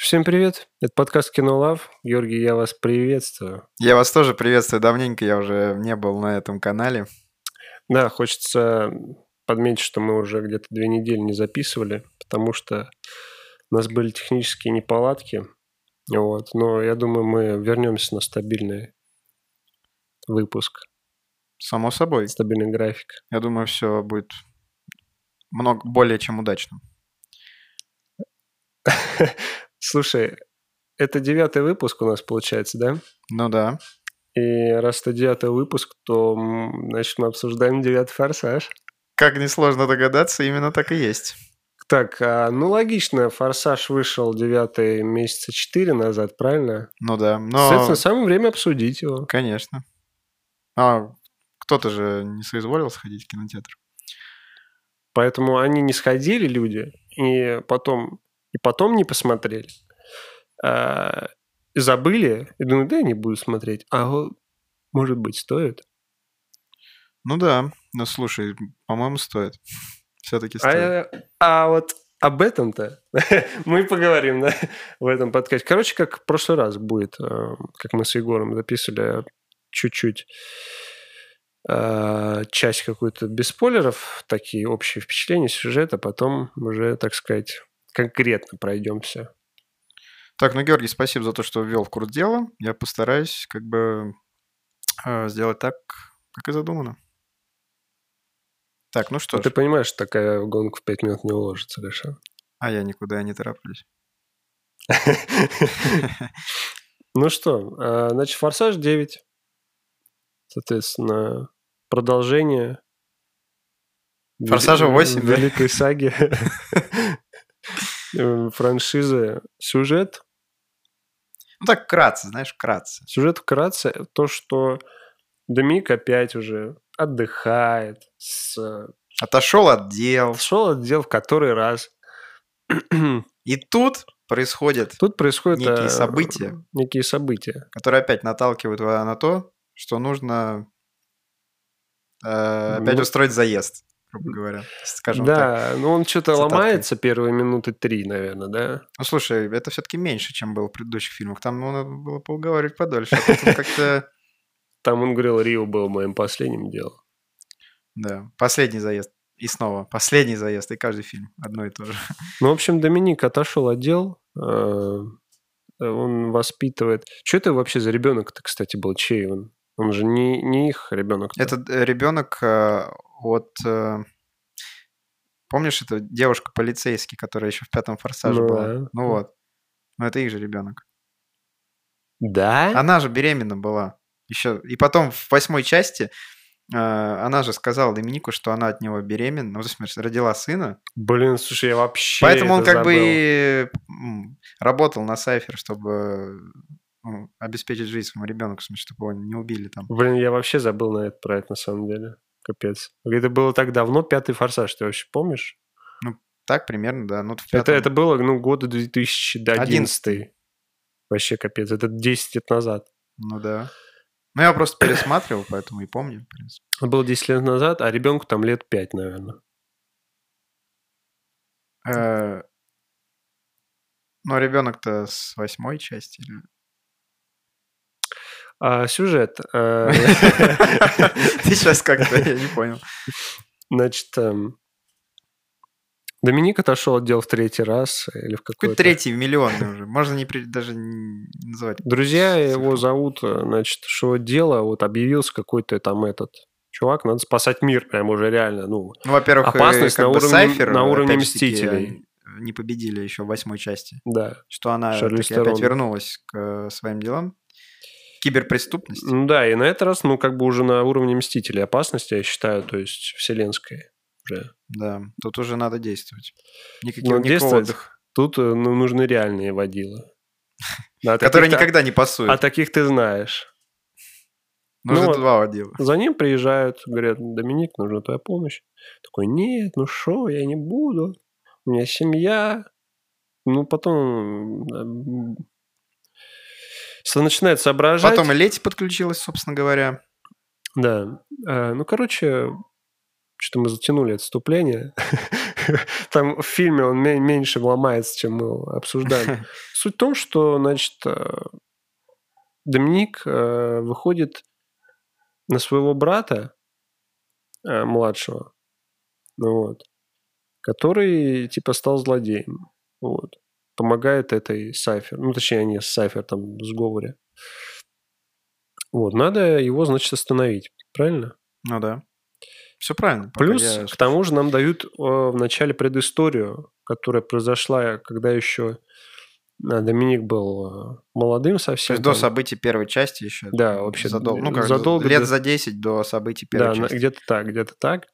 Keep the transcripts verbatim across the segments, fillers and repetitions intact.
Всем привет, это подкаст Кино Лав. Георгий, я вас приветствую. Я вас тоже приветствую. Давненько я уже не был на этом канале. Да, хочется подметить, что мы уже где-то две недели не записывали, потому что у нас были технические неполадки. Вот. Но я думаю, мы вернемся на стабильный выпуск. Само собой. Стабильный график. Я думаю, все будет много более чем удачно. Слушай, это девятый выпуск у нас получается, да? Ну да. И раз это девятый выпуск, то, значит, мы обсуждаем девятый «Форсаж». Как несложно догадаться, именно так и есть. Так, ну логично, «Форсаж» вышел девятый месяца четыре назад, правильно? Ну да, но... Соответственно, самое время обсудить его. Конечно. А кто-то же не соизволил сходить в кинотеатр. Поэтому они не сходили, люди, и потом, и потом не посмотрели. А, и забыли, и думают, да я не буду смотреть. А может быть, стоит? Ну да, ну слушай, по-моему, стоит. Все-таки стоит. А, а вот об этом-то мы поговорим, да, в этом подкасте. Короче, как в прошлый раз будет, как мы с Егором записывали чуть-чуть часть какую-то без спойлеров, такие общие впечатления, сюжета, потом уже, так сказать, конкретно пройдемся. Так, ну, Георгий, спасибо за то, что ввел в курс дела. Я постараюсь как бы э, сделать так, как и задумано. Так, ну что а ж. Ты понимаешь, что такая гонка в пять минут не уложится, Леша? А я никуда не тороплюсь. Ну что, значит, «Форсаж девять». Соответственно, продолжение «Форсажа восемь», да? великой саги франшизы. Сюжет. Ну так вкратце, знаешь, вкратце. Сюжет вкратце. То, что Доминик опять уже отдыхает. С... Отошел от дел. Отошел от дел в который раз. И тут происходят Тут происходят некие события, некие события, которые опять наталкивают на то, что нужно э, опять ну, устроить заезд, грубо говоря, скажем да, так. Да, ну он что-то цитаткой. Ломается первые минуты три, наверное, да? Ну, слушай, это все-таки меньше, чем было в предыдущих фильмах. Там ну, надо было поуговаривать подольше. А тут как-то... Там он говорил, Рио был моим последним делом. Да, последний заезд. И снова последний заезд, и каждый фильм одно и то же. Ну, в общем, Доминик отошел от дел, он воспитывает... Что это вообще за ребенок-то, кстати, был? Чей он? Он же не, не их ребенок. Это ребенок от... Помнишь эту девушку-полицейский, которая еще в пятом «Форсаже» ну, была? Да. Ну вот. Ну это их же ребенок. Да? Она же беременна была. Еще. И потом в восьмой части э, она же сказала Доминику, что она от него беременна. Ну, в смысле, родила сына. Блин, слушай, я вообще Поэтому он как забыл. бы и работал на Сайфер, чтобы ну, обеспечить жизнь своему ребенку, в смысле, чтобы его не убили там. Блин, я вообще забыл на это, про это на самом деле. Капец. Это было так давно, пятый «Форсаж», ты вообще помнишь? Ну, так примерно, да. Ну, в пятом... это, пятом... это было, ну, года две тысячи одиннадцатый. Вообще капец, это десять лет назад. Ну да. Ну, я просто пересматривал, поэтому и помню, в принципе. Это было десять лет назад, а ребенку там лет пять, наверное. Э... Ну, ребенок-то с восьмой части или... А, сюжет. Ты сейчас как-то, я не понял. Значит, Доминик отошел от дел в третий раз или в какой-то... Какой третий, миллионный уже. Можно не при... даже не называть. Друзья его зовут, значит, что дело, вот объявился какой-то там этот чувак, надо спасать мир прям уже реально. Ну, ну во-первых, опасность на уровне, Сайфер, на уровне Мстителей. Не победили еще в восьмой части. Да. Что она таки опять вернулась к своим делам. Киберпреступность. Ну да, и на этот раз, ну, как бы уже на уровне Мстителей опасности, я считаю, то есть вселенской уже. Да, тут уже надо действовать. Никаких, ну, никакого отдыха. Тут ну, нужны реальные водилы. Да, которые никогда не пасуют. А таких ты знаешь. Нужно ну, два водила. За ним приезжают, говорят, Доминик, нужна твоя помощь. Такой, нет, ну шо, я не буду. У меня семья. Ну, потом... начинает соображать. Потом и Лети подключилась, собственно говоря. Да. Ну, короче, что-то мы затянули это вступление. Там в фильме он меньше ломается, чем мы обсуждаем. Суть в том, что, значит, Доминик выходит на своего брата младшего, вот, который, типа, стал злодеем. Вот. Помогает этой Сайфер. Ну, точнее, не Сайфер, там, в сговоре. Вот. Надо его, значит, остановить. Правильно? Ну да. Все правильно. Плюс, я... к тому же, нам дают в начале предысторию, которая произошла, когда еще Доминик был молодым совсем. То есть там... до событий первой части еще? Да, вообще. Задол... Ну, как задолго лет до... за десять до событий первой да, части. Да, где-то так, где-то так.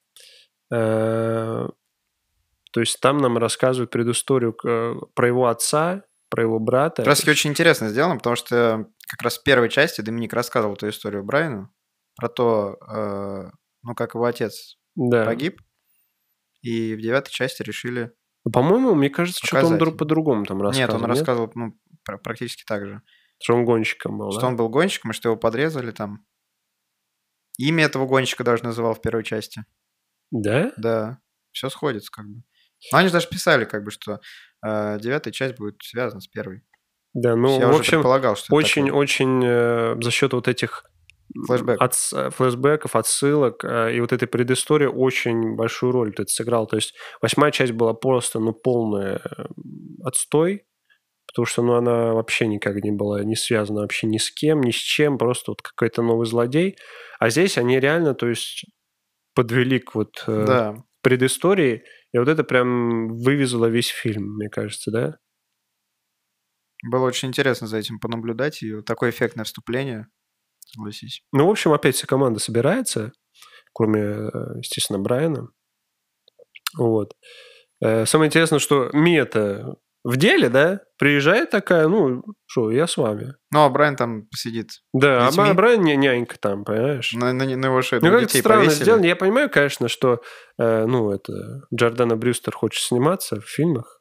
То есть там нам рассказывают предысторию про его отца, про его брата. Как раз таки очень интересно сделано, потому что как раз в первой части Доминик рассказывал эту историю Брайану про то, ну, как его отец да. погиб, и в девятой части решили По-моему, мне кажется, показать. Что-то он друг по-другому там рассказывал. Нет, он нет? рассказывал ну, практически так же. Что он гонщиком был, Что да? он был гонщиком, и что его подрезали там. Имя этого гонщика даже называл в первой части. Да? Да. Все сходится как бы. Но они же даже писали, как бы, что э, девятая часть будет связана с первой. Да, ну, я в уже общем, предполагал, что очень-очень э, за счет вот этих Флэшбэк. от, флешбеков, отсылок э, и вот этой предыстории очень большую роль ты сыграл. То есть восьмая часть была просто, ну, полная отстой, потому что, ну, она вообще никак не была не связана вообще ни с кем, ни с чем, просто вот какой-то новый злодей. А здесь они реально, то есть, подвели к вот э, да. предыстории, и вот это прям вывезло весь фильм, мне кажется, да? Было очень интересно за этим понаблюдать, и вот такое эффектное вступление, согласись. Ну, в общем, опять вся команда собирается, кроме, естественно, Брайана. Вот. Самое интересное, что Мия-то в деле, да, приезжает такая, ну, что, я с вами. Ну, а Брайан там посидит. Да, а Брайан не нянька там, понимаешь? На, на, на его шею ну, как-то странно повесили. сделано. Я понимаю, конечно, что, э, ну, это Джордана Брюстер хочет сниматься в фильмах.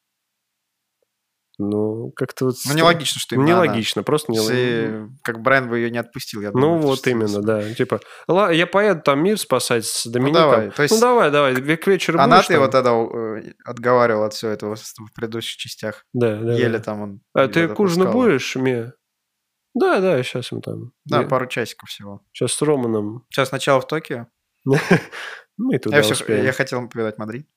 Ну, как-то вот... Ну, нелогично, что именно Нелогично, она. просто нелогично. Как Брайан бы ее не отпустил, я думаю. Ну, вот именно, да. Типа, я поеду там мир спасать с Домиником. Ну, давай. То есть... ну давай, давай, к вечеру Она будешь ты его тогда отговаривал от всего этого в предыдущих частях. Да, да. Еле да. там он... А ты к ужину будешь, Мия? Да, да, сейчас мы там... Да, я... пару часиков всего. Сейчас с Романом. Сейчас сначала в Токио. Мы туда я, все, успеем. я хотел повидать Мадрид.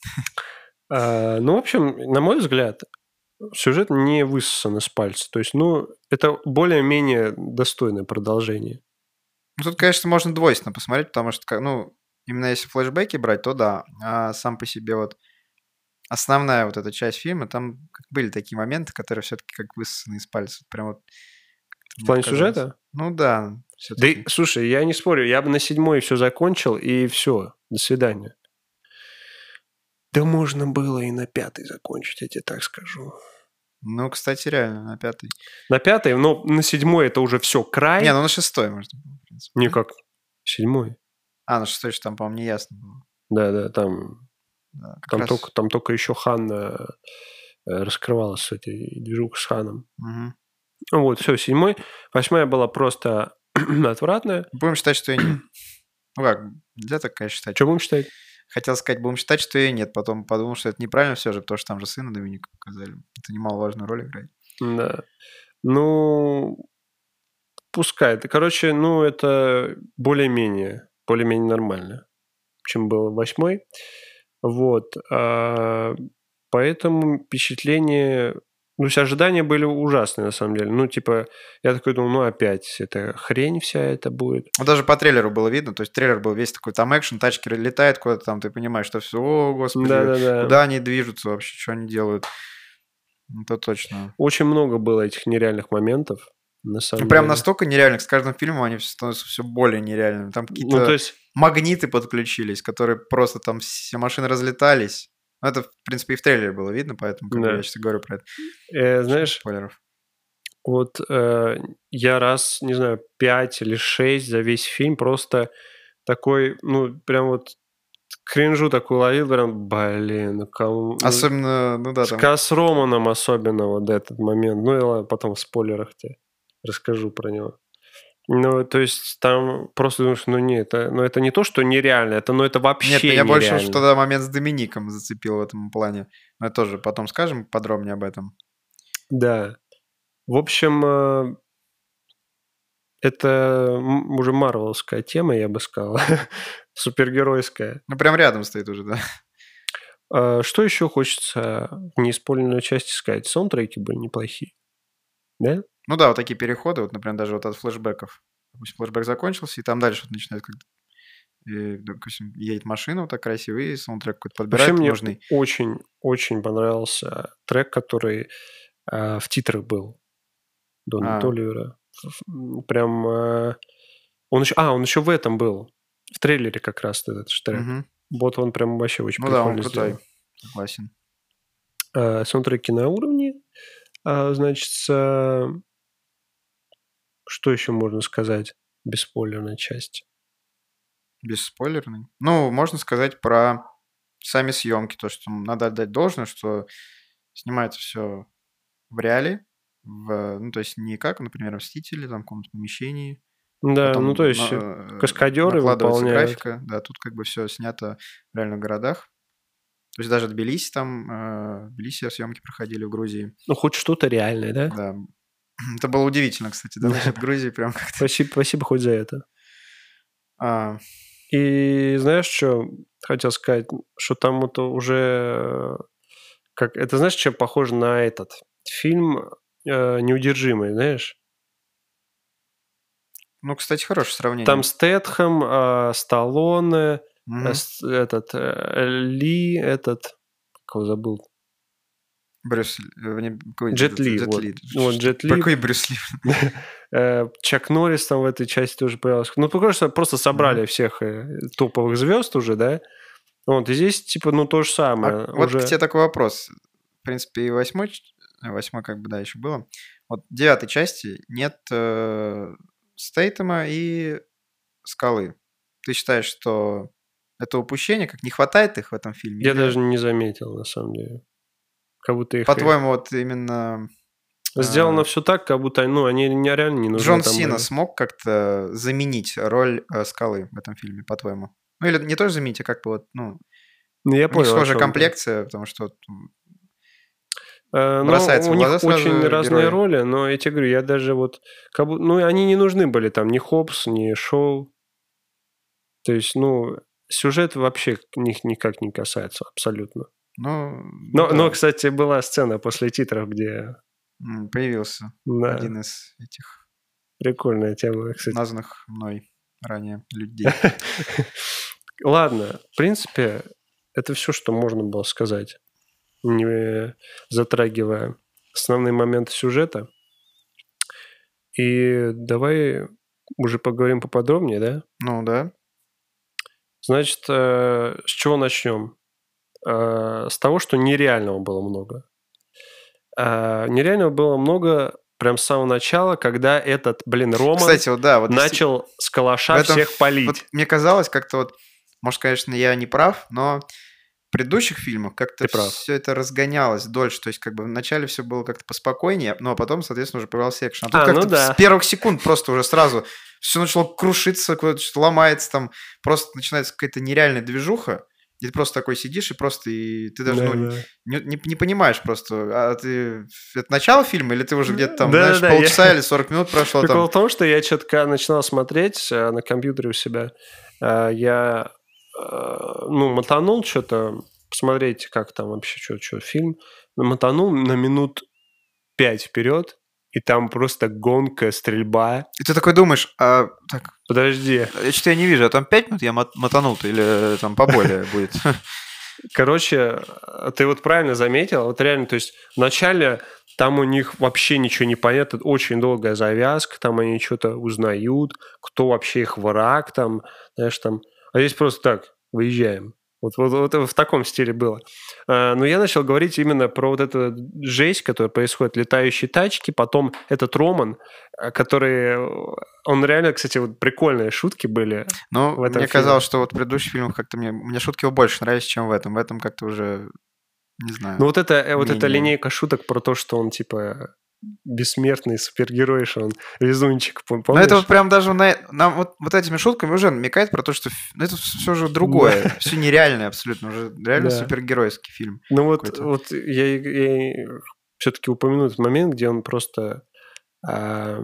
а, ну, в общем, на мой взгляд, сюжет не высосан из пальца. То есть, ну, это более-менее достойное продолжение. Ну, тут, конечно, можно двойственно посмотреть, потому что, ну, именно если флешбеки брать, то да. А сам по себе вот основная вот эта часть фильма, там были такие моменты, которые все-таки как высосаны из пальца. Прям вот... В плане сюжета? Ну да. Да, и, слушай, я не спорю, я бы на седьмой все закончил, и все, до свидания. Да можно было и на пятый закончить, я тебе так скажу. Ну, кстати, реально, на пятый. На пятый, но на седьмой это уже все, край. Не, ну на шестой можно было, в принципе. Не, как? Седьмой. А, на шестой, что там, по-моему, не ясно было. Да, да, там... Да, там, раз... только, там только еще Ханна раскрывалась с этой движухой с Ханом. Угу. Вот, все, седьмой. Восьмая была просто отвратная. Будем считать, что и нет. Ну как, нельзя так, конечно, считать. Что будем считать? Хотел сказать, будем считать, что и нет. Потом подумал, что это неправильно все же, потому что там же сына Доминика показали. Это немаловажную роль играет. Да. Ну, пускай. Короче, ну, это более-менее, более-менее нормально, чем было в восьмой. Вот. А, поэтому впечатление... Ну, все ожидания были ужасные, на самом деле. Ну, типа, я такой думал, ну, опять это хрень вся это будет. Ну, даже по трейлеру было видно, то есть трейлер был весь такой, там экшен, тачки летают куда-то там, ты понимаешь, что все, о, господи, Да-да-да. куда они движутся вообще, что они делают. Это точно. Очень много было этих нереальных моментов, на самом ну, прям деле. настолько нереальных, с каждым фильмом они становятся все более нереальными. Там какие-то ну, то есть... магниты подключились, которые просто там все машины разлетались. Ну, это, в принципе, и в трейлере было видно, поэтому как да. бы, я сейчас говорю про это. Э, знаешь, спойлеров. Вот э, я раз, не знаю, пять или шесть за весь фильм просто такой, ну, прям вот кринжу такой ловил, прям, блин, ну кому... Особенно, ну да, там... С Романом особенно вот этот момент. Ну, и ладно, потом в спойлерах тебе расскажу про него. Ну, то есть там просто думаешь, ну не, это, ну, это не то, что нереально, это, ну это вообще Нет, меня нереально. больше уж тогда момент с Домиником зацепил в этом плане. Мы тоже потом скажем подробнее об этом. Да. В общем, э, это уже марвеловская тема, я бы сказал. Супергеройская. Ну, прям рядом стоит уже, да. А что еще хочется в неиспользованной части сказать? Саундтреки были неплохие. Да? Ну да, вот такие переходы, вот, например, даже вот от флешбеков. Допустим, флешбэк закончился, и там дальше вот начинает как и, допустим, едет машина вот так красиво, и саундтрек какой-то Вообще подбирает мне нужный. очень-очень понравился трек, который э, в титрах был. Дона А, Толивера. Прям... э, он еще, а, он еще в этом был. В трейлере как раз этот же трек. мгм. Вот он прям вообще очень Ну да, он прикольно крутой, сделан. согласен. Э, саундтреки на уровне. А, значит, э, что еще можно сказать? Бесспойлерная часть. Бесспойлерный. Ну, можно сказать про сами съемки, то, что надо отдать должное, что снимается все в реале, в, ну, то есть не как, например, «Мстители», там, в каком-то помещении, Да, ну то потом есть э, на- э, каскадеры накладывается выполняют. графика, да, тут как бы все снято в реальных городах. То есть даже Тбилиси там, э, в Тбилиси съемки проходили в Грузии, Ну, хоть что-то реальное, да? да. Это было удивительно, кстати, да, насчет Грузии прям как-то. Спасибо, спасибо хоть за это. А, И знаешь, что хотел сказать? Что там вот уже... э, Как, это знаешь, чем похоже на этот фильм э, «Неудержимый», знаешь? ну, кстати, хорошее сравнение. Там Стэтхэм, э, Сталлоне, э, Мгм. с- этот э, Ли, этот... Кого забыл? Брюс Ли, э, не, какой Джет этот, Ли, Джет вот. Ли. Вот Что- Джет Про Ли. какой Брюс Ли? Э, Чак Норрис там в этой части тоже появился. Ну, потому что просто собрали Мгм. всех э, топовых звезд уже, да? Вот, и здесь, типа, ну, то же А самое. вот к Уже... тебе такой вопрос. В принципе, и восьмой, ч- э, восьмой как бы, да, еще было. Вот в девятой части нет э, Стейтема и Скалы. Ты считаешь, что это упущение, как не хватает их в этом фильме? Я Или, даже не заметил, на самом деле. Как будто их... и- по-твоему, вот именно Сделано э, все так, как будто, ну, они не- реально не нужны Джон там Сина были. смог как-то заменить роль э, Скалы в этом фильме, по-твоему? Ну, или не тоже заменить, а как бы вот, ну, Ну, я у них понял, о схожая чем ты. комплекция, потому что вот, м, Э, Ну, бросается у в глаза них очень сразу разные герой. роли, но я тебе говорю, я даже вот... Как будто, ну, они не нужны были там ни Хопс, ни Шоу. То есть, ну, сюжет вообще них никак не касается абсолютно. Ну, ну Но, но, да, кстати, была сцена после титров, где... м, появился Да, один из этих прикольная тема, кстати. названных мной ранее людей. Ладно, в принципе, это все, что можно было сказать, не затрагивая основные моменты сюжета. И давай уже поговорим поподробнее, да? Ну да. Значит, э, с чего начнем? Э, С того, что нереального было много. Э, Нереального было много прям с самого начала, когда этот, блин, Роман Кстати, вот да, вот если начал с в калаша этом всех ф- палить. вот мне казалось как-то вот, может, конечно, я не прав, но в предыдущих фильмах как-то Ты прав. все это разгонялось дольше, то есть как бы вначале все было как-то поспокойнее, ну а потом, соответственно, уже появился экшен. А тут А, как-то ну да. с первых секунд просто уже сразу все начало крушиться, куда-то что-то ломается, там просто начинается какая-то нереальная движуха, и ты просто такой сидишь и просто, и ты даже, ну, Да-да. не, не- не понимаешь просто, а ты, это начало фильма, или ты уже где-то там, знаешь, Да-да-да, я- полчаса или сорок минут прошло Прикол там. в том, что я что-то когда начинал смотреть э, на компьютере у себя, э, я э, ну, мотанул что-то, посмотреть, как там вообще, что, что фильм, ну, мотанул на минут пять вперед, и там просто гонка, стрельба. И ты такой думаешь, а так, Подожди. я что-то я не вижу, а там пять минут я мот- мотанул-то или там поболее будет? Короче, э, ты вот правильно заметил, вот реально, то есть вначале там у них вообще ничего не понятно, очень долгая завязка, там они что-то узнают, кто вообще их враг, там, знаешь, там, а здесь просто так, выезжаем. Вот, вот, вот в таком стиле было. А, но я начал говорить именно про вот эту жесть, которая происходит, летающие тачки, потом этот Роман, э, который, э, он реально, кстати, вот прикольные шутки были Ну, в этом мне фильме. казалось, что вот в предыдущих фильмах как-то мне, мне шутки его больше нравились, чем в этом. В этом как-то уже, не знаю, Ну вот это, э, вот эта менее. линейка шуток про то, что он типа бессмертный супергерой, что он везунчик, помнишь? Ну, это вот прям даже на, нам вот, вот этими шутками уже намекает про то, что ну, это все же другое, да. Все нереальное абсолютно, уже реально да. Супергеройский фильм. Ну вот, вот я, я все-таки упомяну этот момент, где он просто а,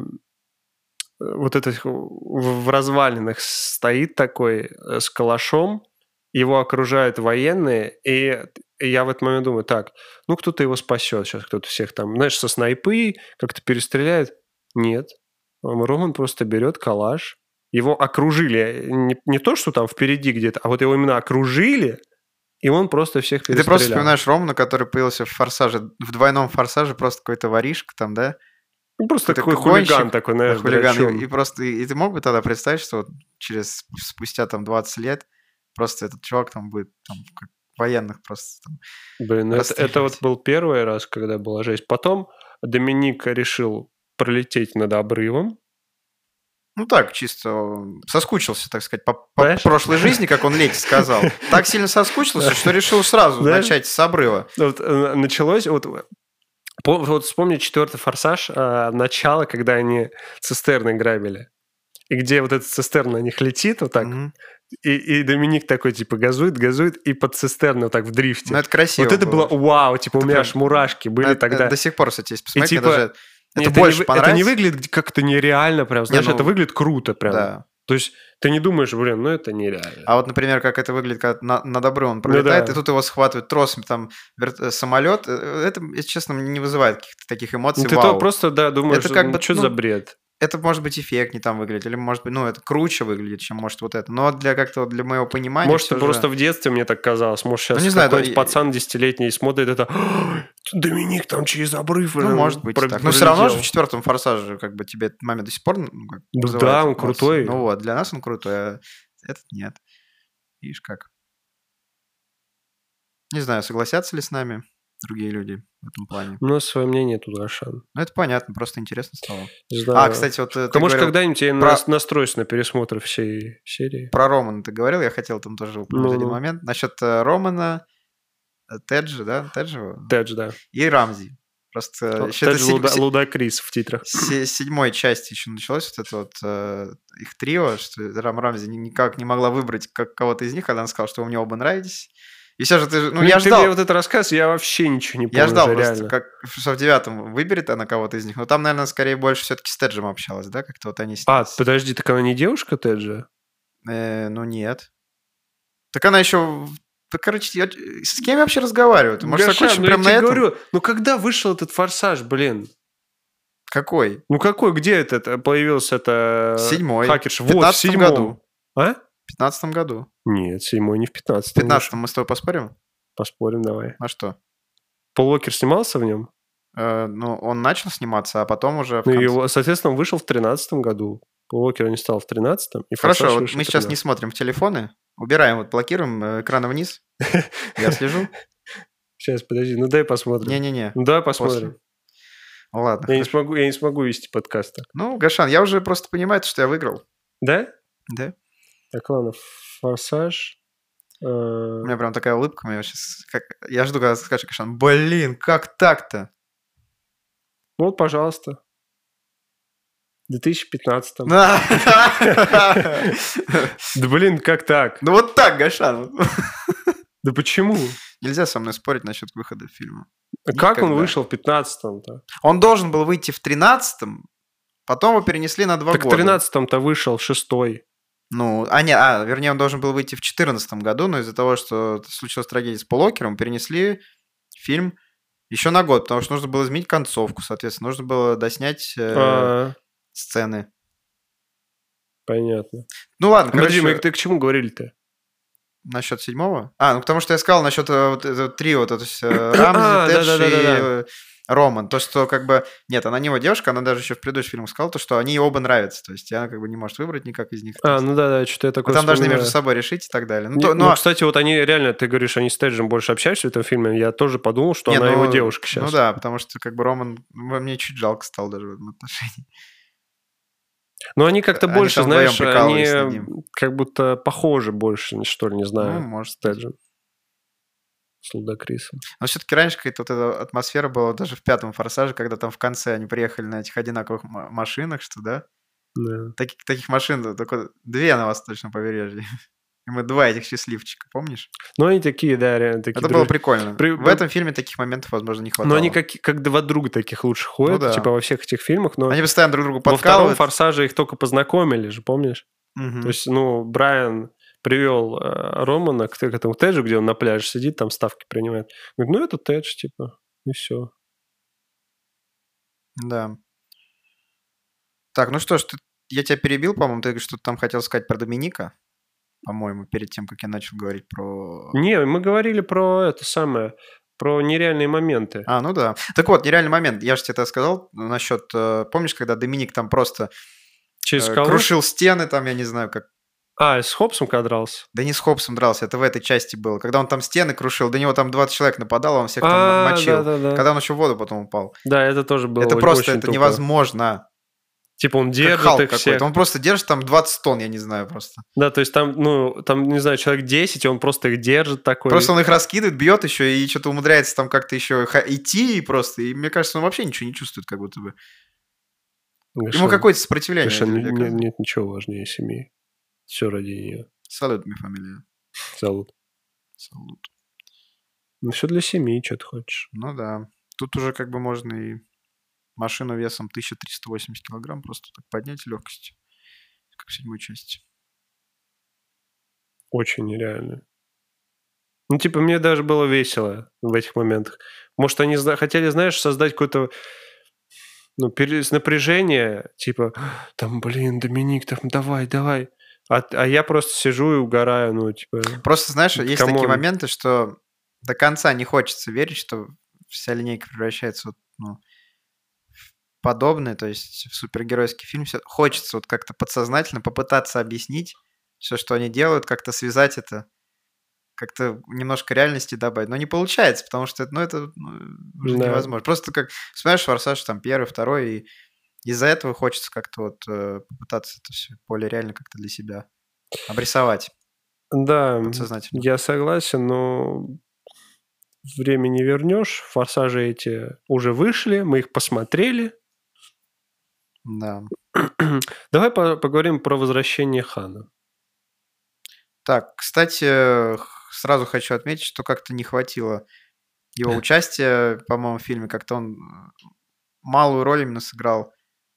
вот это в развалинах стоит такой с калашом, его окружают военные, и я в этот момент думаю, так, ну кто-то его спасет, сейчас кто-то всех там, знаешь, со снайпы как-то перестреляет. Нет. Роман просто берет калаш, его окружили, не, не то, что там впереди где-то, а вот его именно окружили, и он просто всех перестрелял. И ты просто вспоминаешь Романа, который появился в «Форсаже», в двойном «Форсаже», просто какой-то воришка там, да? Ну, просто такой хулиган такой, наверное, хулиган. И, и просто, и, и ты мог бы тогда представить, что вот через, спустя там двадцать лет просто этот чувак там будет там, как военных просто там Блин, ну это, это вот был первый раз, когда была жесть. Потом Доминик решил пролететь над обрывом. Ну так, чисто соскучился, так сказать, по, по прошлой жизни, как он Лете сказал. Так сильно соскучился, что решил сразу начать с обрыва. Вот, началось... Вот, вот вспомни четвертый «Форсаж», начало, когда они цистерны грабили. И где вот эта цистерна на них летит вот так... Mm-hmm. И, и Доминик такой, типа, газует, газует, и под цистерну вот так в дрифте. Ну, это красиво Вот это было, было вау, типа, это у меня прям... аж мурашки были это, тогда. Это до сих пор, кстати, если посмотреть, и, типа, даже... это, это больше не, понравится. Это не выглядит как-то нереально прям, знаешь, не, ну... это выглядит круто прям. Да. То есть ты не думаешь, блин, ну это нереально. А вот, например, как это выглядит, когда на, над обрывом пролетает, ну, да. И тут его схватывают тросом, там, вер... самолет. Это, если честно, не вызывает каких-то таких эмоций. Ну, ты вау. то просто, да, думаешь, это как бы, что ну, за бред? Это, может быть, эффектнее там выглядит, или, может быть, ну, это круче выглядит, чем, может, вот это. Но для как-то для моего понимания... Может, же... просто в детстве мне так казалось. Может, сейчас ну, не какой-нибудь знаю, пацан десятилетний смотрит это... Доминик там через обрыв... Ну, может быть, про- так. Но все равно же в четвертом «Форсаже» как бы тебе этот момент до сих пор... Ну, как, ну да, он эмоции. крутой. Ну вот, для нас он крутой, а этот нет. Видишь как. Не знаю, согласятся ли с нами другие люди в этом плане. У нас свое мнение тут, Рошан. Ну, это понятно, просто интересно стало. Не знаю. А, кстати, вот ты а может, когда-нибудь я про... настроюсь на пересмотр всей серии? Про Романа ты говорил, я хотел там тоже упомянуть ну, один ну. момент. Насчет Романа, Теджи, да? Теджи? Тедж, да. И Рамзи. Просто... Еще Тедж это Луда, седь... Луда Крис в титрах. С седьмой части еще началось вот это вот э, их трио, что Рам Рамзи никак не могла выбрать как кого-то из них, когда она сказала, что вы мне оба нравитесь. И все же ты... Ну, ну я ты ждал... мне вот этот рассказ, я вообще ничего не помню. Я ждал уже, просто, реально. как что в девятом выберет она кого-то из них. Но там, наверное, скорее больше все-таки с Теджем общалась, да? Как-то вот они с ним... А, подожди, так она не девушка Теджа? Э, ну, нет. Так она еще... Так, короче, я... с кем я вообще разговариваю? Ты, может, Гаша, закончим ну прямо на я этом? говорю, ну когда вышел этот «Форсаж», блин? Какой? Ну какой? Где этот появился это... Седьмой. Хакерш? В Вот, в седьмом. году. А? В пятнадцатом году. Нет, седьмой не в пятнадцатом. В пятнадцатом мы с тобой поспорим? Поспорим, давай. А что? Пол Уокер снимался в нем? Э, ну, он начал сниматься, а потом уже... В ну, конце... его, соответственно, он вышел в тринадцатом году. Пол Уокер не стал в тринадцатом. И хорошо, вот мы сейчас не смотрим в телефоны. Убираем, вот блокируем экраны вниз. Я слежу. Сейчас, подожди, ну дай посмотрим. Не-не-не. Ну давай посмотрим. После... Ладно. Я не, смогу, я не смогу вести подкаста. Ну, Гашан, я уже просто понимаю, что я выиграл. Да? Да. Так, ладно, «Форсаж». У меня прям такая улыбка, у меня сейчас... Как... Я жду, когда скажешь, Гашан, блин, как так-то? Вот, пожалуйста. В две тысячи пятнадцатом. Да, блин, как так? Ну вот так, Гашан. Да почему? Нельзя со мной спорить насчет выхода фильма. Как он вышел в пятнадцатом-то? Он должен был выйти в тринадцатом, потом его перенесли на два года. Так в тринадцатом-то вышел шестой. Ну, а, не, а, вернее, он должен был выйти в четырнадцатом году, но из-за того, что случилась трагедия с Пол Уокером, перенесли фильм еще на год, потому что нужно было изменить концовку, соответственно, нужно было доснять э, сцены. Понятно. Ну ладно, Подожди, короче... мы ты к чему говорили-то? Насчет седьмого? А, ну потому что я сказал насчет вот этого трио, то есть Рамзи, Тедж и Роман. То, что как бы... Нет, она не его девушка, она даже еще в предыдущем фильме сказала, то, что они ей оба нравятся. То есть она как бы не может выбрать никак из них. А, ну да-да, что-то я такое там должны между собой решить и так далее. Ну, то, ну, кстати, вот они реально, ты говоришь, они с Теджем больше общаются в этом фильме, я тоже подумал, что не, она ну, его девушка сейчас. Ну да, потому что как бы Роман... Мне чуть жалко стал даже в этом отношении. Ну, они как-то они больше, знаешь, они как будто похожи больше, что ли, не знаю, ну, может, с Теджем. с Лудакрисом. Но все-таки раньше какая-то вот эта атмосфера была даже в пятом «Форсаже», когда там в конце они приехали на этих одинаковых м- машинах, что, да? Да. Таких, таких машин только две на восточном побережье. И мы два этих счастливчика, помнишь? Ну, они такие, да, реально такие. Это друж... было прикольно. При... В этом фильме таких моментов, возможно, не хватало. Но они как, как два друга таких лучше ходят, Ну да. типа во всех этих фильмах. Но они постоянно друг другу во втором подкалывают. «Форсаже» их только познакомили же, помнишь? Мгм. То есть, ну, Брайан привел э, Романа к, к этому Теджу, где он на пляже сидит, там ставки принимает. Говорит, ну, это Тедж, типа, и все. Да. Так, ну что ж, ты- я тебя перебил, по-моему, ты что-то там хотел сказать про Доминика, по-моему, перед тем, как я начал говорить про... Не, мы говорили про это самое, про нереальные моменты. А, ну да. Так вот, нереальный момент. Я же тебе это сказал насчет... э, Помнишь, когда Доминик там просто Через э, скалу? крушил стены, там, я не знаю, как... А, с Хопсом когда дрался? Да не с Хопсом дрался, это в этой части было. Когда он там стены крушил, до него там двадцать человек нападало, он всех там А, мочил. да-да-да. Когда он еще в воду потом упал. Да, это тоже было это очень просто, это тупо. невозможно. Типа он Как держит Халк их всех. какой-то. Он просто держит там двадцать тонн, я не знаю просто. Да, то есть там, ну, там, не знаю, человек десять, и он просто их держит такой. Просто он их раскидывает, бьет еще и что-то умудряется там как-то еще ха- идти и просто. И мне кажется, он вообще ничего не чувствует, как будто бы. Гошан, Ему какое-то сопротивление. Гошан, люди не- оказывают. нет ничего важнее семьи. Все ради нее. Салют, моя фамилия. Салют. Салют. Ну, все для семьи, что ты хочешь. Ну да. Тут уже как бы можно и машину весом тысяча триста восемьдесят килограмм просто так поднять легкостью. Как в седьмой части. Очень нереально. Ну, типа, мне даже было весело в этих моментах. Может, они зна- хотели, знаешь, создать какое-то ну, пере- напряжение, типа, там, блин, Доминик, там, давай, давай. А, а я просто сижу и угораю, ну, типа... Просто, знаешь, есть такие камон. моменты, что до конца не хочется верить, что вся линейка превращается вот, ну, в подобное, то есть в супергеройский фильм. Всё- Хочется вот как-то подсознательно попытаться объяснить все, что они делают, как-то связать это, как-то немножко реальности добавить. Но не получается, потому что это, ну, это ну, уже Да. невозможно. Просто как, смотришь, «Форсаж» там первый, второй, и из-за этого хочется как-то вот э, попытаться это все более реально как-то для себя обрисовать Да, подсознательно. я согласен, но время не вернешь. Форсажи эти уже вышли, мы их посмотрели. Да. Давай по- поговорим про возвращение Хана. Так, кстати, х- сразу хочу отметить, что как-то не хватило его участия, по-моему, в фильме. Как-то он э, малую роль именно сыграл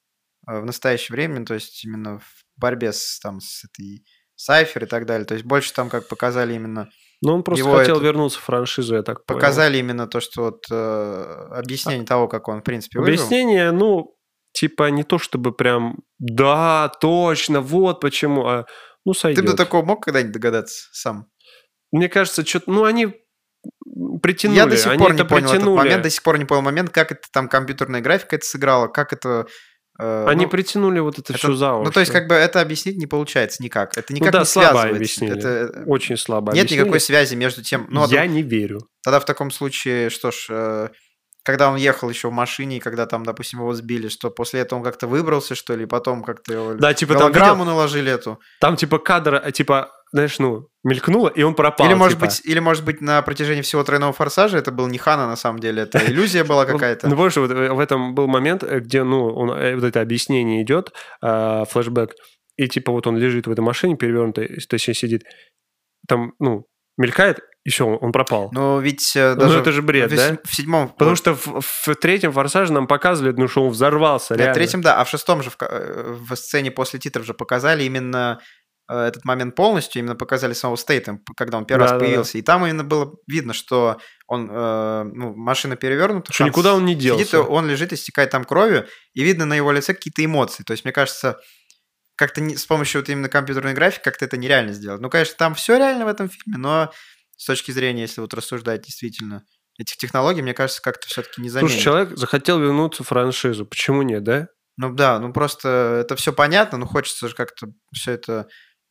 э, в настоящее время, то есть именно в борьбе с, там, с этой Сайфер и так далее. То есть больше там как показали именно... Ну, он просто Его хотел это- вернуться в франшизу, я так понял. Показали именно то, что вот э, объяснение того, как он, в принципе, выжил. Объяснение, ну, типа не то чтобы прям, да, точно, вот почему, а ну, Ты сойдет. бы до такого мог когда-нибудь догадаться сам? Мне кажется, что-то, ну, они притянули, Я до сих они пор это не понял этот притянули. момент, до сих пор не понял момент, как это там компьютерная графика это сыграла, как это... э, Они ну, притянули вот это, это- все за уши. Ну, то есть, как бы это объяснить не получается никак. Это никак ну, да, не слабо связывается. объяснили. Это... Очень слабо Нет объяснили. никакой связи между тем... Ну, а Я то- не верю. Тогда в таком случае, что ж, э, когда он ехал еще в машине, и когда там, допустим, его сбили, что после этого он как-то выбрался, что ли, и потом как-то его Да, типа там голограмму наложили эту. Там типа кадр, а, типа, знаешь, ну, мелькнуло, и он пропал. Или может, типа. быть, или, может быть, на протяжении всего тройного форсажа это был не Хана, на самом деле, это иллюзия была какая-то. Ну, больше вот в этом был момент, где, ну, он, э, вот это объяснение идет, э, флешбэк, и типа вот он лежит в этой машине перевернутой, то есть сидит, там, ну, мелькает, и все, он пропал. Но ведь э, Ну, даже это же бред, в, да? в седьмом... Потому что в, в третьем форсаже нам показывали, ну, что он взорвался, Нет, реально. в третьем, да, а в шестом же в, ка- э, в сцене после титров же показали именно э, этот момент полностью, именно показали самого Стейтем, когда он первый раз Да-да-да. появился. И там именно было видно, что он, э, ну, машина перевернута. Что никуда он не делся. Сидит, он лежит, истекает там кровью, и видно на его лице какие-то эмоции. То есть, мне кажется, как-то не, с помощью вот именно компьютерной графики как-то это нереально сделать. Ну, конечно, там все реально в этом фильме, но с точки зрения, если вот рассуждать действительно этих технологий, мне кажется, как-то все-таки не заменит. Слушай, человек захотел вернуться в франшизу, почему нет, да? Ну да, ну просто это все понятно, но хочется же как-то все это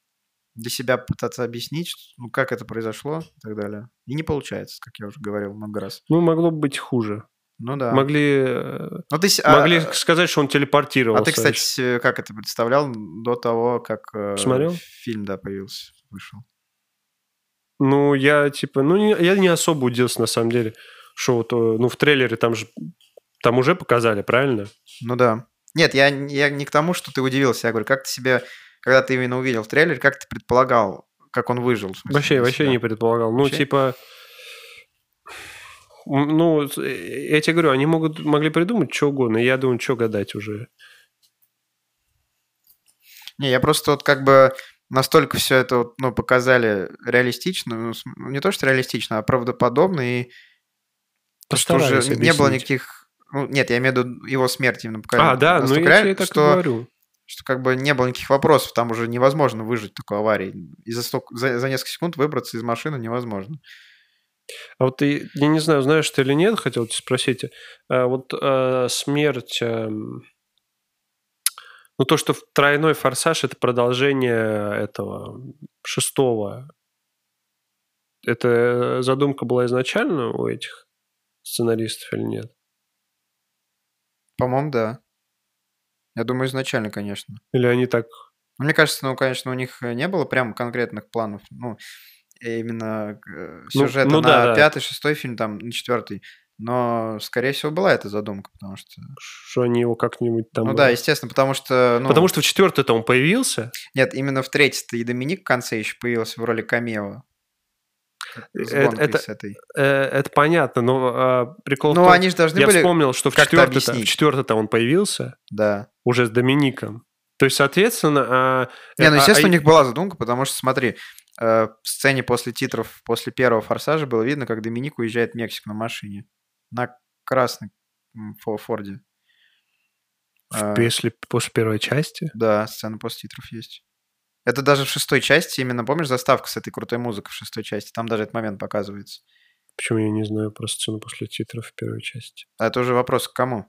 для себя пытаться объяснить, что- ну как это произошло и так далее. И не получается, как я уже говорил много раз. Ну, могло бы быть хуже. Ну да. Могли, э, Ну, ты, с- а- могли а, сказать, что он телепортировался. а ты, кстати, как это представлял до того, как э, Смотрел? фильм, да, появился, вышел? Ну, я типа, ну, не, я не особо удивился, на самом деле, что вот, ну, в трейлере там же, там уже показали, правильно? Ну да. Нет, я, я не к тому, что ты удивился. Я говорю, как ты себя, когда ты именно увидел в трейлере, как ты предполагал, как он выжил? В смысле, Вообще, для вообще себя? не предполагал. Ну, Вообще? типа, м, ну, с- э, я тебе говорю, они могут, могли придумать что угодно, и я думаю, что гадать уже. Не, я просто вот как бы настолько все это вот, ну, показали реалистично, ну, см- ну, не то, что реалистично, а правдоподобно, и то, что уже Постарались не не было объяснить. никаких... Ну, нет, я имею в виду его смерть именно А, показали да, ну настолько я тебе реально, так и что, говорю. что как бы не было никаких вопросов, там уже невозможно выжить в такой аварии. И за, столько- за, за несколько секунд выбраться из машины невозможно. А вот ты, я не знаю, знаешь ты или нет, хотел тебя спросить. А вот э, смерть, эм, ну то, что в тройной форсаж это продолжение этого шестого, это задумка была изначально у этих сценаристов или нет? По-моему, да. Я думаю, изначально, конечно. Или они так... Ну, мне кажется, ну, конечно, у них э, не было прям конкретных планов, ну, именно э, Ну, сюжета ну да, на да, пятый, шестой фильм, там, на четвертый. Но, скорее всего, была эта задумка, потому что... что они его как-нибудь Ну там... да, э, естественно, потому что, Потому ну... что в четвертый-то он появился. Нет, именно в третий-то и Доминик в конце еще появился в роли камео, как с Это, гонкой это, с этой. э, это понятно, но а, прикол в Ну, том, они же должны я были вспомнил, что в как-то четвертый-то, в объяснить. четвертый-то он появился Да. уже с Домиником. То есть, соответственно... а, э, Не, ну, а- естественно, у а- них была задумка, потому что, смотри, э, в сцене после титров, после первого «Форсажа» было видно, как Доминик уезжает в Мексику на машине. На красной м, фо- Форде. в- Э, если после первой части? Да, сцена после титров есть. Это даже в шестой части, именно, помнишь, заставка с этой крутой музыкой в шестой части? Там даже этот момент показывается. Почему я не знаю про сцену после титров в первой части? А это уже вопрос к кому?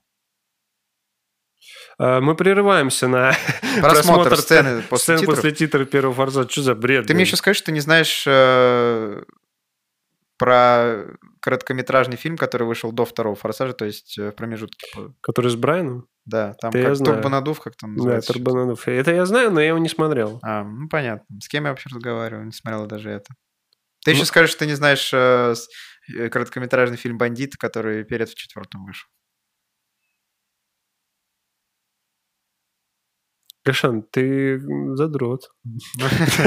А, мы прерываемся на Просмотр просмотр сцены после сцены титров. после титров первого Форза. Что за бред, Ты мне блин? еще скажешь, что ты не знаешь э, про короткометражный фильм, который вышел до второго «Форсажа», то есть э, в промежутке. по- Который с Брайаном? Да, там Это я как знаю. турбонаддув, как там Да, называется. сейчас. Турбонадув. Это я знаю, но я его не смотрел. А, ну понятно. С кем я вообще разговариваю? Не смотрел даже это. Ты Ну, еще скажешь, что ты не знаешь э, с- э, короткометражный фильм «Бандит», который перед в четвертом вышел. Гошан, ты м, задрот. Ну,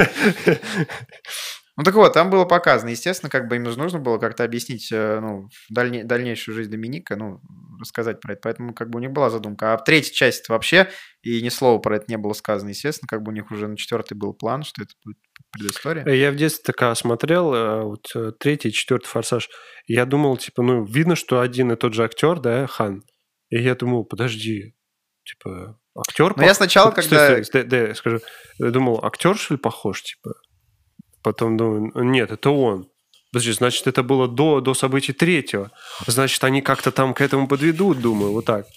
ну так вот, там было показано. Естественно, как бы им нужно нужно было как-то объяснить э, ну, дальне- дальнейшую жизнь Доминика, ну, рассказать про это. Поэтому как бы у них была задумка. А в третьей части вообще и ни слова про это не было сказано. Естественно, как бы у них уже на четвертый был план, что это будет предыстория. Я в детстве такая смотрел, э, вот э, третий, четвертый «Форсаж». И я думал, типа, ну, видно, что один и тот же актер, да, Хан. И я думал, подожди, типа, актер Но я сначала, Стой, когда... стой, стой, да, я скажу. Я думал, актер, что ли, похож, типа? Потом думаю, нет, это он. Подожди, значит, это было до, до событий третьего. Значит, они как-то там к этому подведут, думаю, вот так.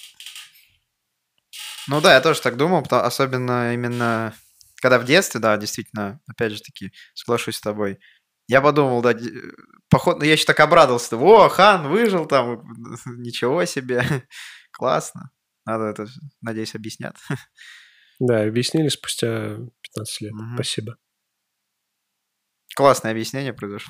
Ну да, я тоже так думал, потому- особенно именно когда в детстве, да, действительно, опять же таки, соглашусь с тобой. Я подумал, да, ди- поход, ну, я еще так обрадовался, о, Хан выжил там, ничего себе, классно. Надо это, надеюсь, объяснят. Да, объяснили спустя пятнадцать лет. Мгм. Спасибо. Классное объяснение произошло.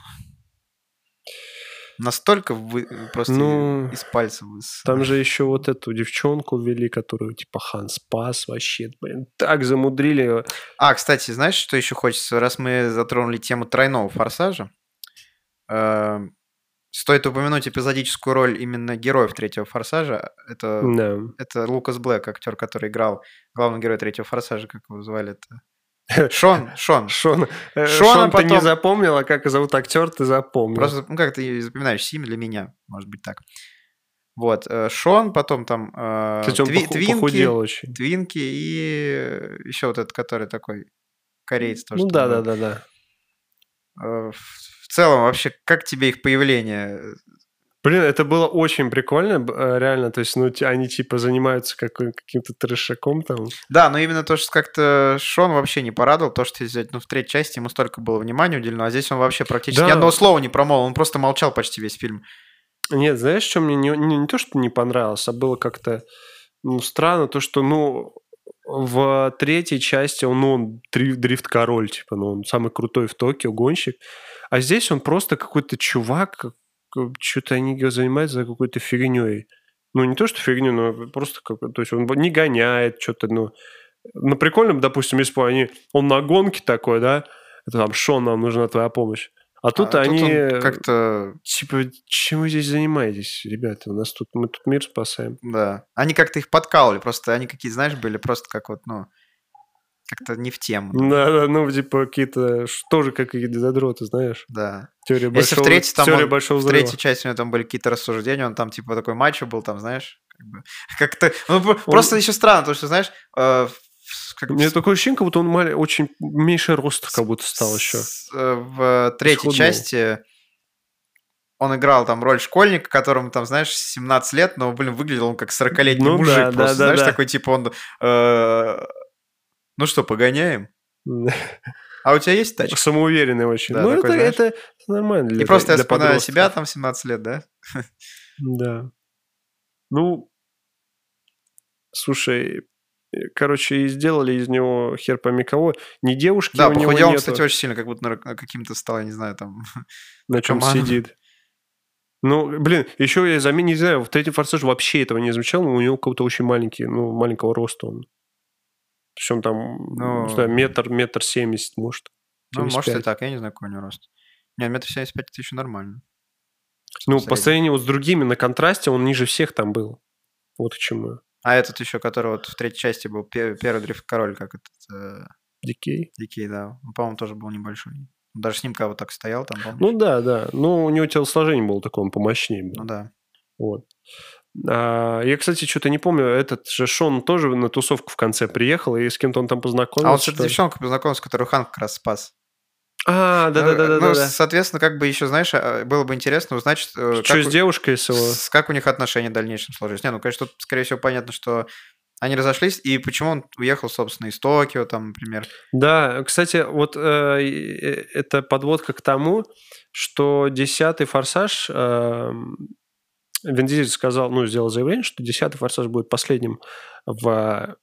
Настолько вы- просто Ну, из пальца высосано. там же еще вот эту девчонку ввели, которую типа Хан спас вообще. Блин, так замудрили. А, кстати, знаешь, что еще хочется? Раз мы затронули тему тройного форсажа, эм, стоит упомянуть эпизодическую роль именно героев третьего форсажа. Это, Да. это Лукас Блэк, актер, который играл главного героя третьего форсажа, как его звали это? Шон, Шон. Шон, э, Шона Шон ты не потом- запомнил, а как зовут актер, ты запомнил. Просто, ну, как ты запоминаешь имя для меня, может быть так. Вот, э, Шон, потом там э, Кстати, он Тви- поху- Твинки, похудел очень. Твинки и еще вот этот, который такой кореец тоже. Ну там да, был. да, да, да. Э, В в целом, вообще, как тебе их появление? Блин, это было очень прикольно, б- э, реально. То есть, ну, те- они типа занимаются какой- каким-то трешаком там. Да, но именно то, что как-то Шон вообще не порадовал, то, что здесь, ну, в третьей части ему столько было внимания уделено, а здесь он вообще практически Да. ни одного слова не промолвил, он просто молчал почти весь фильм. Нет, знаешь, что мне не, не, не то, что не понравилось, а было как-то ну, странно, то, что, ну, в третьей части он, ну, он дрифт-король, типа, ну, он самый крутой в Токио гонщик. А здесь он просто какой-то чувак, что-то они занимаются какой-то фигней. Ну, не то, что фигню, но просто как то есть он не гоняет что-то, ну, на прикольном, допустим, если бы они, он на гонке такой, да, это там, Шон, нам нужна твоя помощь. А тут А они тут он как-то... Типа, чем вы здесь занимаетесь, ребята? У нас тут, мы тут мир спасаем. Да. Они как-то их подкалывали, просто они какие, знаешь, были просто как вот, ну, как-то не в тему. Да, да, ну, типа, какие-то, тоже как какие-то задроты, знаешь. Да. Теория Если большого, в третьей, там теория он, большого в взрыва. третьей части у него там были какие-то рассуждения, он там типа такой мачо был, там, знаешь, как бы, как-то, ну, он... просто еще странно, потому что, знаешь, э, как... У меня такое ощущение, как будто он мал... очень меньше роста как будто стал еще. В третьей Схуднул. части он играл там роль школьника, которому там, знаешь, семнадцать лет, но, блин, выглядел он как сорокалетний ну, мужик да, просто, да, знаешь, да, такой типа он, э, ну что, погоняем? А у тебя есть тачка? Самоуверенный очень. Да, ну, такой, это, это нормально для Не просто я для вспоминаю себя, там семнадцать лет, да? Да. Ну, слушай, короче, и сделали из него хер пойми кого. Не девушки да, у него похудел он, нету. кстати, очень сильно, как будто на каким-то стал, я не знаю, там... На чем сидит. Ну, блин, еще я заметил, не знаю, в третьем форсаже вообще этого не замечал, но у него какой-то очень маленький, ну, маленького роста он. Причем там, ну, не знаю, метр, метр семьдесят, может. Ну, может и так, я не знаю, какой у него рост. Нет, метр семьдесят пять это еще нормально. Ну, по сравнению вот с другими на контрасте он ниже всех там был. Вот к чему. А этот еще, который вот в третьей части был, первый дрифт-король, как этот... Дикей. Дикей, да. Он, по-моему, тоже был небольшой. Даже с ним кого так стоял там, помнишь? Ну да, да. Ну, у него телосложение было такое, он помощнее был. Ну да. Вот. А, я, кстати, что-то не помню, этот же Шон тоже на тусовку в конце приехал, и с кем-то он там познакомился. А он с этой девчонкой познакомился, которую Хан как раз спас. А, да-да-да. Ну, да, да. соответственно, как бы еще, знаешь, было бы интересно узнать, что с девушкой с его... Как у них отношения в дальнейшем сложились. Не, ну, конечно, тут, скорее всего, понятно, что они разошлись, и почему он уехал, собственно, из Токио, там, например. Да, кстати, вот э, это подводка к тому, что десятый «Форсаж», э, Вин Дизель сказал, ну, сделал заявление, что десятый «Форсаж» будет последним в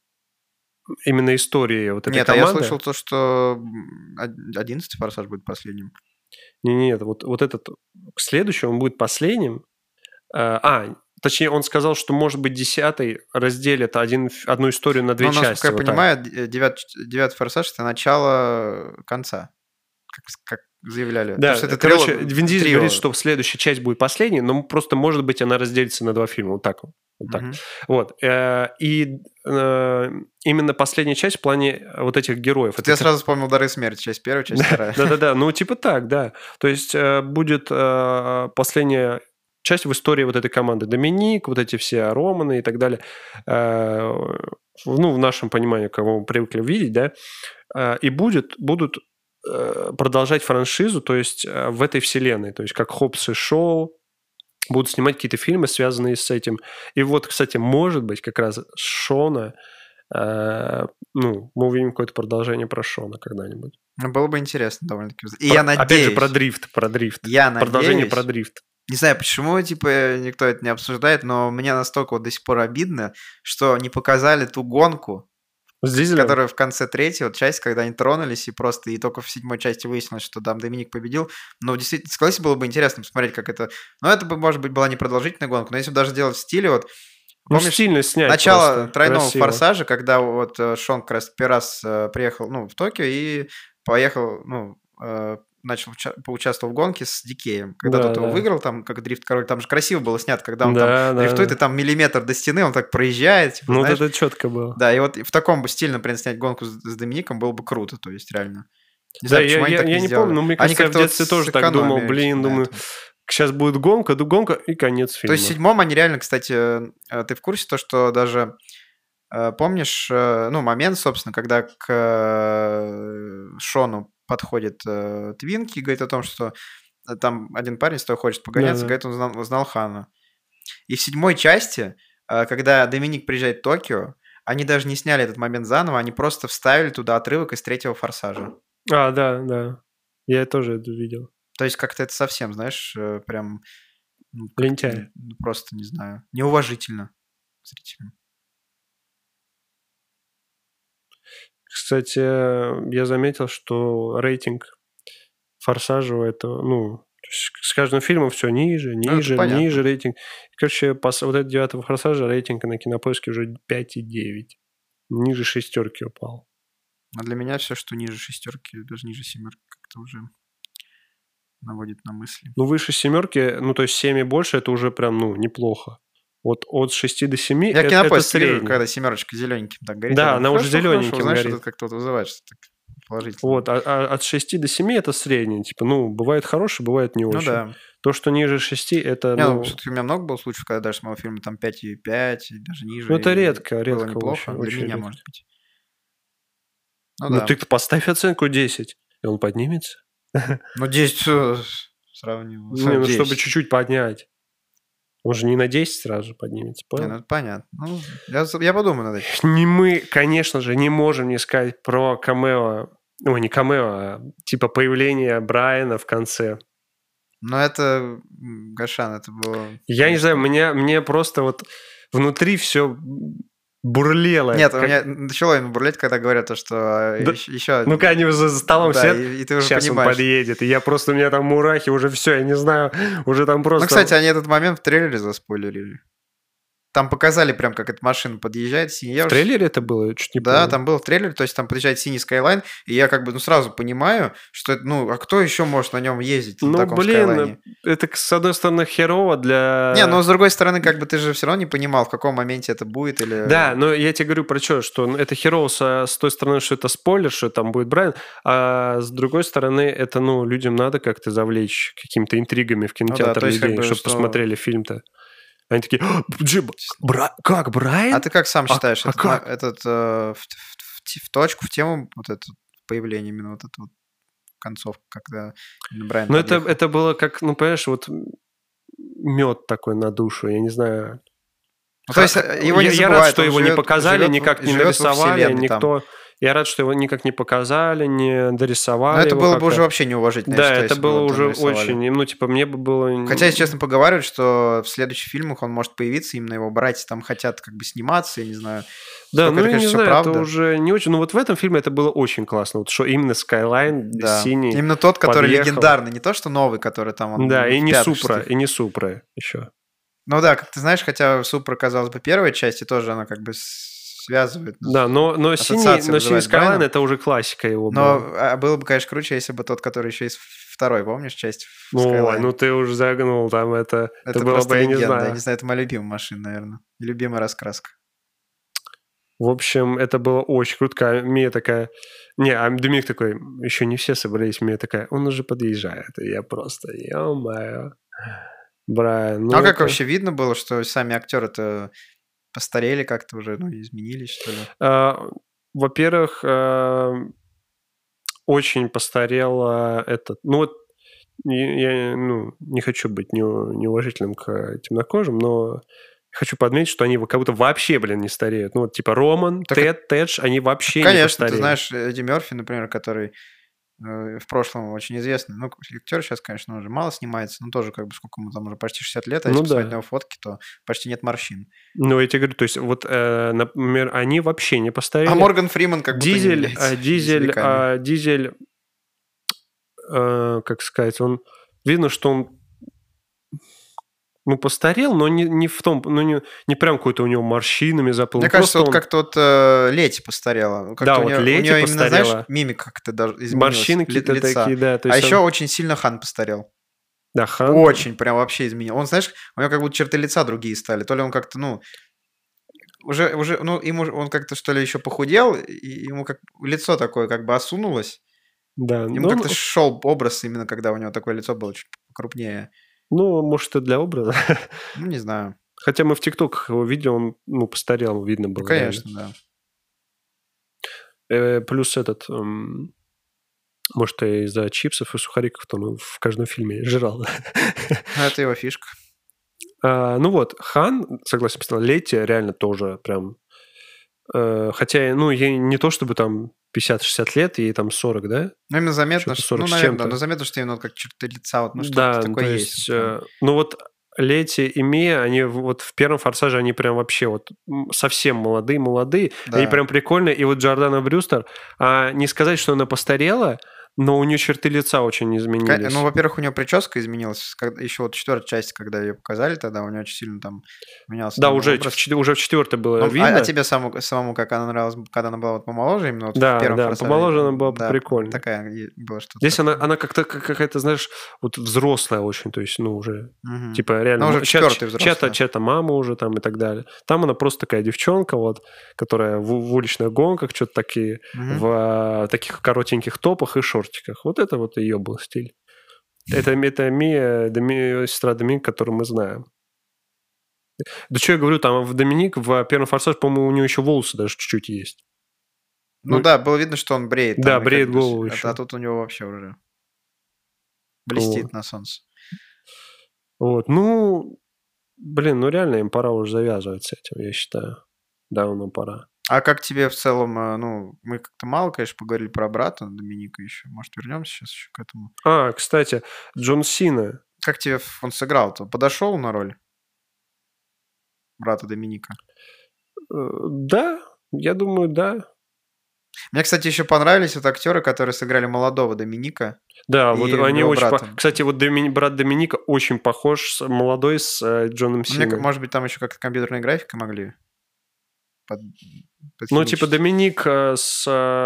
именно истории вот этой Нет, команды. а я слышал то, что одиннадцатый «Форсаж» будет последним. Нет, вот, вот этот следующий, он будет последним. А, точнее, он сказал, что, может быть, десятый разделит один, одну историю на две ну, части. Насколько я вот понимаю, девятый, девятый «Форсаж» — это начало конца, как, как заявляли. Да, это короче, трио, Вин Дизель трио. говорит, что следующая часть будет последней, но просто, может быть, она разделится на два фильма. Вот так вот. Вот, так. Mm-hmm. вот. И именно последняя часть в плане вот этих героев. Это я как... сразу вспомнил «Дары смерти», часть первая, часть вторая. Да-да-да, ну типа так, да. То есть будет последняя часть в истории вот этой команды. Доминик, вот эти все Романы и так далее. Ну, в нашем понимании, кого мы привыкли видеть, да. И будет, будут продолжать франшизу, то есть в этой вселенной. То есть как Хоббс и Шоу будут снимать какие-то фильмы, связанные с этим. И вот, кстати, может быть, как раз Шона, э, ну, мы увидим какое-то продолжение про Шона когда-нибудь. Ну, было бы интересно довольно-таки. И про, я надеюсь... Опять же, про дрифт, про дрифт. Я Продолжение надеюсь... про дрифт. Не знаю, почему, типа, никто это не обсуждает, но мне настолько вот до сих пор обидно, что не показали ту гонку, которая в конце третьей вот части, когда они тронулись, и просто и только в седьмой части выяснилось, что там Доминик победил. Но действительно, согласен, было бы интересно посмотреть, как это... Ну, это бы, может быть, была непродолжительная гонка, но если бы даже делать в стиле, вот... Помнишь, ну, стильно снять начало тройного красиво. «Форсажа», когда вот Шон как раз первый раз приехал, ну, в Токио и поехал, ну, начал поучаствовал в гонке с Дикеем, когда да, тот да. его выиграл, там, как дрифт-король, там же красиво было снято, когда он да, там да, дрифтует, да. и там миллиметр до стены, он так проезжает. Типа, ну, знаешь? вот это четко было. Да, и вот в таком бы стиле, например, снять гонку с, с Домиником было бы круто, то есть реально. Не да, знаю, я, я, я не помню, но мне кажется, я в детстве вот тоже так думал, блин, думаю, этом. Сейчас будет гонка, да гонка, и конец фильма. То есть в седьмом они реально, кстати, ты в курсе то, что даже, помнишь, ну, момент, собственно, когда к Шону подходит э, Твинки и говорит о том, что там один парень с тобой хочет погоняться, да, да. говорит, он знал, знал Хана. И в седьмой части, э, когда Доминик приезжает в Токио, они даже не сняли этот момент заново, они просто вставили туда отрывок из третьего «Форсажа». А, да, да. Я тоже это видел. То есть как-то это совсем, знаешь, э, прям... Ну, лентяй. Ну, просто, не знаю, неуважительно к зрителям. Кстати, я заметил, что рейтинг «Форсажа» это, ну, с каждым фильмом все ниже, ниже, ну, ниже рейтинг. Короче, пос, вот этот «Девятого форсажа» рейтинг на Кинопоиске уже пять и девять. Ниже шестерки упал. А для меня все, что ниже шестерки, даже ниже семерки, как-то уже наводит на мысли. Ну, выше семерки, ну, то есть семь и больше, это уже прям, ну, неплохо. Вот от шести до семи я это, это средний. Вижу, когда семерочка зелененьким так горит. Да, она уже зелененьким знаешь, горит. Это как-то вот вызывает что-то положительное. Вот, а, а от шести до семи это средний. Типа, ну, бывает хороший, бывает не очень. Ну да. То, что ниже шести, это, не, ну... ну... Все-таки у меня много было случаев, когда даже смотрел фильмы там пять и пять, и даже ниже. Ну, это редко, было редко. неплохо. Очень, Для очень меня, редко. может быть. Ну, ну да. ты поставь оценку десять, и он поднимется. Ну, десять сравниваю. Не, ну, чтобы чуть-чуть поднять. Он же не на десять сразу поднимется, понял? Не, ну, это понятно. Ну, я, я подумаю над этим. Не мы, конечно же, не можем не сказать про камео, ой, не камео, а типа появление Брайана в конце. Ну, это, Гошан, это было... Я конечно... не знаю, мне, мне просто вот внутри все бурлело. Нет, как... у меня начало именно бурлеть, когда говорят, что да. еще, еще... Ну, когда они за столом да, сидят, и, и ты уже сейчас понимаешь. он подъедет, и я просто, у меня там мурахи, уже все, я не знаю, уже там просто... Ну, кстати, они этот момент в трейлере заспойлерили. Там показали прям, как эта машина подъезжает. Синий. В трейлере это было? Чуть не Да, помню. там был в трейлере, то есть там подъезжает синий Skyline, и я как бы ну, сразу понимаю, что это, ну, а кто еще может на нем ездить ну, на таком блин, Skyline? Это, с одной стороны, херово для... Не, но с другой стороны, как бы ты же все равно не понимал, в каком моменте это будет или... Да, но я тебе говорю про что, что это херово со, с той стороны, что это спойлер, что там будет Брайан, а с другой стороны, это, ну, людям надо как-то завлечь какими-то интригами в кинотеатр ну, да, людей, как бы, чтобы что... посмотрели фильм-то. Они такие, Джим, Бра... как, Брайан? А ты как сам считаешь, а, этот, а как? этот э, в, в, в точку, в тему, вот это появление именно вот это вот концовка, когда Брайан Ну, это, это было как, ну, понимаешь, вот мед такой на душу, я не знаю. Ну, то есть его я, не я рад, что он его живет, не показали, живет, никак не нарисовали, никто... Там. Я рад, что его никак не показали, не дорисовали. Но это было как-то. бы уже вообще неуважительно. Да, считаю, это было уже очень... Ну, типа, мне бы было... Хотя, если честно, поговаривают, что в следующих фильмах он может появиться, именно его братья там хотят как бы сниматься, я не знаю. Да, ну, это, я конечно, не знаю, правда. это уже не очень... Ну, вот в этом фильме это было очень классно. Вот что именно Skyline да. синий именно тот, который подъехал. легендарный, не то, что новый, который там... Он, да, ну, и не пятый, Супра, шестых. и не Супра еще. Ну да, как ты знаешь, хотя Супра, казалось бы, первой части тоже она как бы связывает. Да, но, но синий, но синий Skyline это уже классика его но была. А было бы, конечно, круче, если бы тот, который еще из второй, помнишь, часть Ой, ну ты уже загнул там это. Это, это было бы, я не знаю. Я не знаю, это моя любимая машина, наверное. И любимая раскраска. В общем, это было очень круто. А Мия такая... Не, а Доминик такой, еще не все собрались. Мия такая, он уже подъезжает. И я просто, ё-моё. Брайан, ну а это... как вообще видно было, что сами актеры-то постарели как-то уже, ну, изменились, что ли? А, во-первых, а, очень постарел этот... Ну, вот я ну, не хочу быть неуважительным к темнокожим, но хочу подметить, что они как будто вообще, блин, не стареют. Ну, вот типа Роман, так, Тед, Тэдж, они вообще конечно, не постарели. Конечно, ты знаешь, Эдди Мерфи, например, который... в прошлом очень известный. Ну, актер сейчас, конечно, уже мало снимается, но тоже, как бы, сколько ему там уже почти шестьдесят лет, а ну, если да. посмотреть на его фотки, то почти нет морщин. Ну, я тебе говорю, то есть, вот, э, например, они вообще не постарели. А Морган Фриман как будто Дизель, не а, Дизель, а, Дизель, а, как сказать, он, видно, что он ну, постарел, но не, не в том, ну, не, не прям какой-то у него морщинами заплыл. Мне кажется, вот он... как-то вот э, Лети постарела. Как да, у вот нее, Лети у нее постарела. Именно, знаешь, мимика как-то даже изменилась. Морщины какие-то лица. такие, да. То есть а он... еще очень сильно Хан постарел. Да, Хан. Очень прям вообще изменил. Он, знаешь, у него как будто черты лица другие стали. То ли он как-то, ну... Уже, уже, ну, ему он как-то, что ли, еще похудел, и ему как лицо такое как бы осунулось. Да. Ему как-то он... шел образ именно, когда у него такое лицо было чуть крупнее. Ну, может, это для образа. Ну, не знаю. Хотя мы в ТикТоках его видели, он, ну, постарел, видно было. Ну, конечно, реально. Да. Э, плюс этот, эм, может, из-за чипсов и сухариков, то он в каждом фильме жрал. Ну, это его фишка. А, ну вот, Хан, согласен, сказал, Летти реально тоже прям... Э, хотя, ну, ей не то чтобы там пятьдесят-шестьдесят лет, ей там сорок, да? Ну, именно заметно, что, ну, наверное, да, но заметно, что именно как черты лица, вот, ну, что-то да, такое то есть. есть э, ну, вот Лети и Мия, они вот в первом «Форсаже», они прям вообще вот совсем молодые-молодые, да. Они прям прикольные. И вот Джордана Брюстер, а не сказать, что она постарела, но у нее черты лица очень изменились. Ну, во-первых, у нее прическа изменилась. Еще вот в четвертой части, когда ее показали, тогда у нее очень сильно там менялся. Да, уже в, уже в четвертой было ну, видно. А, а тебе самому, самому как она нравилась, когда она была вот помоложе, именно вот да, в первом да, «Форсаже»? помоложе она была да, прикольно. Такая была что-то. Здесь она, она как-то какая-то, знаешь, вот взрослая очень, то есть, ну, уже, угу. типа, реально... Ну, уже четвертый взрослая. Чья-то, чья-то мама уже там и так далее. Там она просто такая девчонка, вот, которая в, в уличных гонках, что-то такие, угу. в а, таких коротеньких топах и шортиках. Вот это вот ее был стиль. Это, это Мия, Доми, сестра Доминик, которую мы знаем. Да что я говорю, там в Доминик, в первом «Форсаже», по-моему, у нее еще волосы даже чуть-чуть есть. Ну, ну да, было видно, что он бреет. Да, бреет голову а, еще. А тут у него вообще уже блестит вот. На солнце. Вот, ну, блин, ну реально им пора уже завязывать с этим, я считаю. Давно пора. А как тебе в целом, ну, мы как-то мало, конечно, поговорили про брата Доминика еще. Может, вернемся сейчас еще к этому? А, кстати, Джон Сина. Как тебе он сыграл-то? Подошел на роль брата Доминика? Да, я думаю, да. Мне, кстати, еще понравились вот актеры, которые сыграли молодого Доминика. Да, вот они очень... По... Кстати, вот Доми... брат Доминика очень похож, молодой, с э, Джоном Синой. Мне, может быть, там еще как-то компьютерная графика могли под... Ну, типа Доминик с,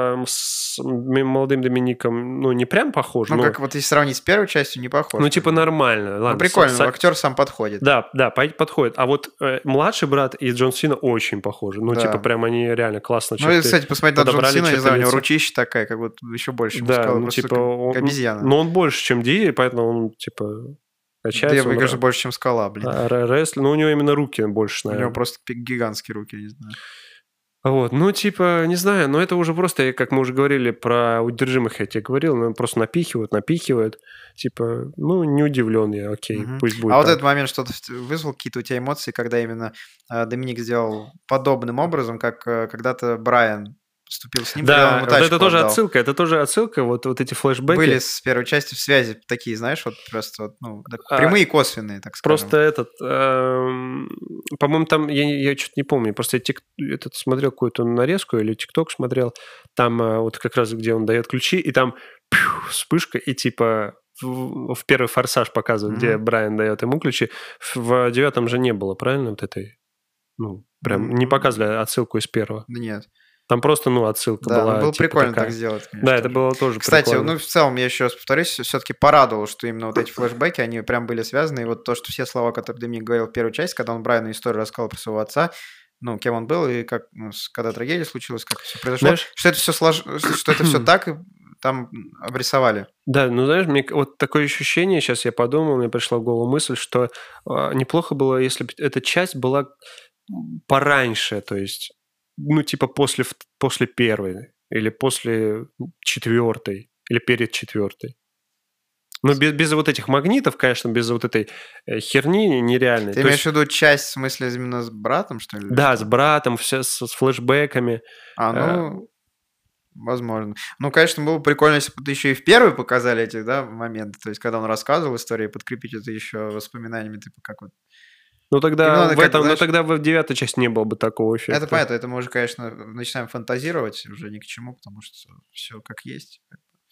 с молодым Домиником, ну, не прям похож. Ну, но... как вот если сравнить с первой частью, не похож. Ну, типа нормально. Ладно, ну, прикольно, с... актер сам подходит. Да, да, подходит. А вот э, младший брат и Джон Сина очень похожи. Ну, да. Типа прям они реально классно черты. Ну, и, кстати, посмотреть на Джон Сина, не знаю, у него ручища такая, как будто еще больше, чем да, сказал, ну, типа он, обезьяна. Ну, он больше, чем Ди, поэтому он, типа... Да, мне кажется, больше, чем Скала, блин. А, рестлер, ну, у него именно руки больше, наверное. У него просто гигантские руки, я не знаю. Вот, ну, типа, не знаю, но это уже просто, как мы уже говорили про удержимых, я тебе говорил, ну, просто напихивают, напихивают, типа, ну, не удивлен я, окей, угу. Пусть будет А так. Вот этот момент что-то вызвал какие-то у тебя эмоции, когда именно э, Доминик сделал подобным образом, как э, когда-то Брайан поступил с ним. Да, вот это тоже отдал. отсылка, это тоже отсылка, вот, вот эти флешбеки. Были с первой части в связи такие, знаешь, вот просто вот, ну, а, прямые и косвенные, так скажем. Просто этот, э, по-моему, там, я, я что-то не помню, просто я тик, этот, смотрел какую-то нарезку или ТикТок смотрел, там э, вот как раз, где он дает ключи, и там пью, вспышка, и типа в, в первый «Форсаж» показывают, mm-hmm. где Брайан дает ему ключи, в, в девятом же не было, правильно, вот этой, ну, прям mm-hmm. не показывали отсылку из первого. Да нет. Там просто, ну, отсылка да, была. Да, было типа прикольно такая. так сделать, конечно. Да, это было тоже Кстати, прикольно. ну, в целом, я еще раз повторюсь, все-таки порадовал, что именно вот эти флешбеки, они прям были связаны. И вот то, что все слова, которые Доминик говорил в первой части, когда он Брайану историю рассказал про своего отца, ну, кем он был, и как, ну, когда трагедия случилась, как все произошло, знаешь, что это все слож... что это все так и там обрисовали. Да, ну, знаешь, мне вот такое ощущение, сейчас я подумал, мне пришла в голову мысль, что э, неплохо было, если бы эта часть была пораньше, то есть ну, типа после, после первой, или после четвертой, или перед четвертой. Ну, без, без вот этих магнитов, конечно, без вот этой херни нереальной. Ты То имеешь есть... в виду часть, в смысле, именно с братом, что ли? Да, что? с братом, все с, с флешбэками. А, ну, возможно. Ну, конечно, было прикольно, если бы еще и в первой показали эти, да, моменты. То есть, когда он рассказывал историю, подкрепить это еще воспоминаниями, типа, как вот Ну тогда, в этом, знаешь, но тогда в девятой части не было бы такого эффекта. Это понятно, это мы уже, конечно, начинаем фантазировать, уже ни к чему, потому что все как есть.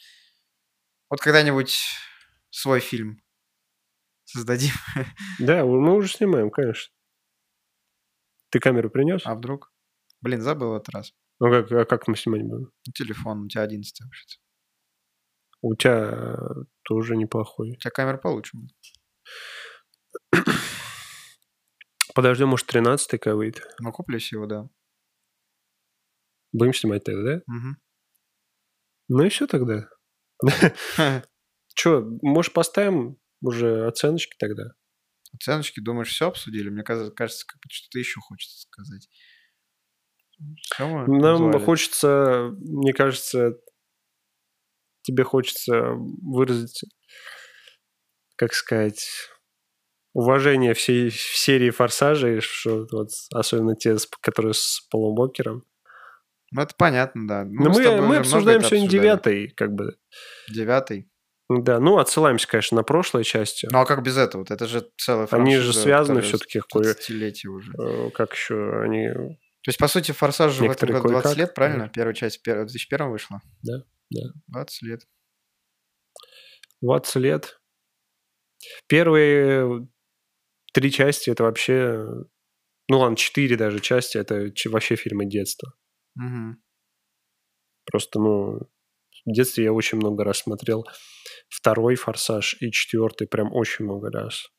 Вот когда-нибудь свой фильм создадим. Да, мы уже снимаем, конечно. Ты камеру принес? А вдруг? Блин, забыл этот раз. Ну как, а как мы снимать будем? Телефон, у тебя одиннадцатый вообще-то. У тебя тоже неплохой. У тебя камера получше будет. Подождем, может, тринадцатый какая выйдет. Ну, куплю его, да. Будем снимать тогда, да? Угу. Ну и все тогда. Че, может, поставим уже оценочки тогда? Оценочки, думаешь, все обсудили? Мне кажется, как будто что-то еще хочется сказать. Нам назвали. Хочется, мне кажется, тебе хочется выразить, как сказать... уважение всей серии «Форсажей», что вот, особенно те, которые с Полом Уокером. Ну, это понятно, да. Ну, Но мы, мы обсуждаем сегодня девятый, как бы. Девятый? Да, ну отсылаемся, конечно, на прошлые части. Ну а как без этого? Это же целая Они франшиза. же связаны которая все-таки, кое, двадцатилетие уже. э, как еще они... То есть, по сути, «Форсаж» же в этом Некоторые году двадцать кое-как, лет, правильно? Первая часть в пер- в две тысячи первом вышла. Да, да. двадцать лет. двадцать лет. Первые три части это вообще... Ну ладно, четыре даже части, это ч- вообще фильмы детства. Мгм. Просто, ну, в детстве я очень много раз смотрел второй «Форсаж» и четвертый прям очень много раз.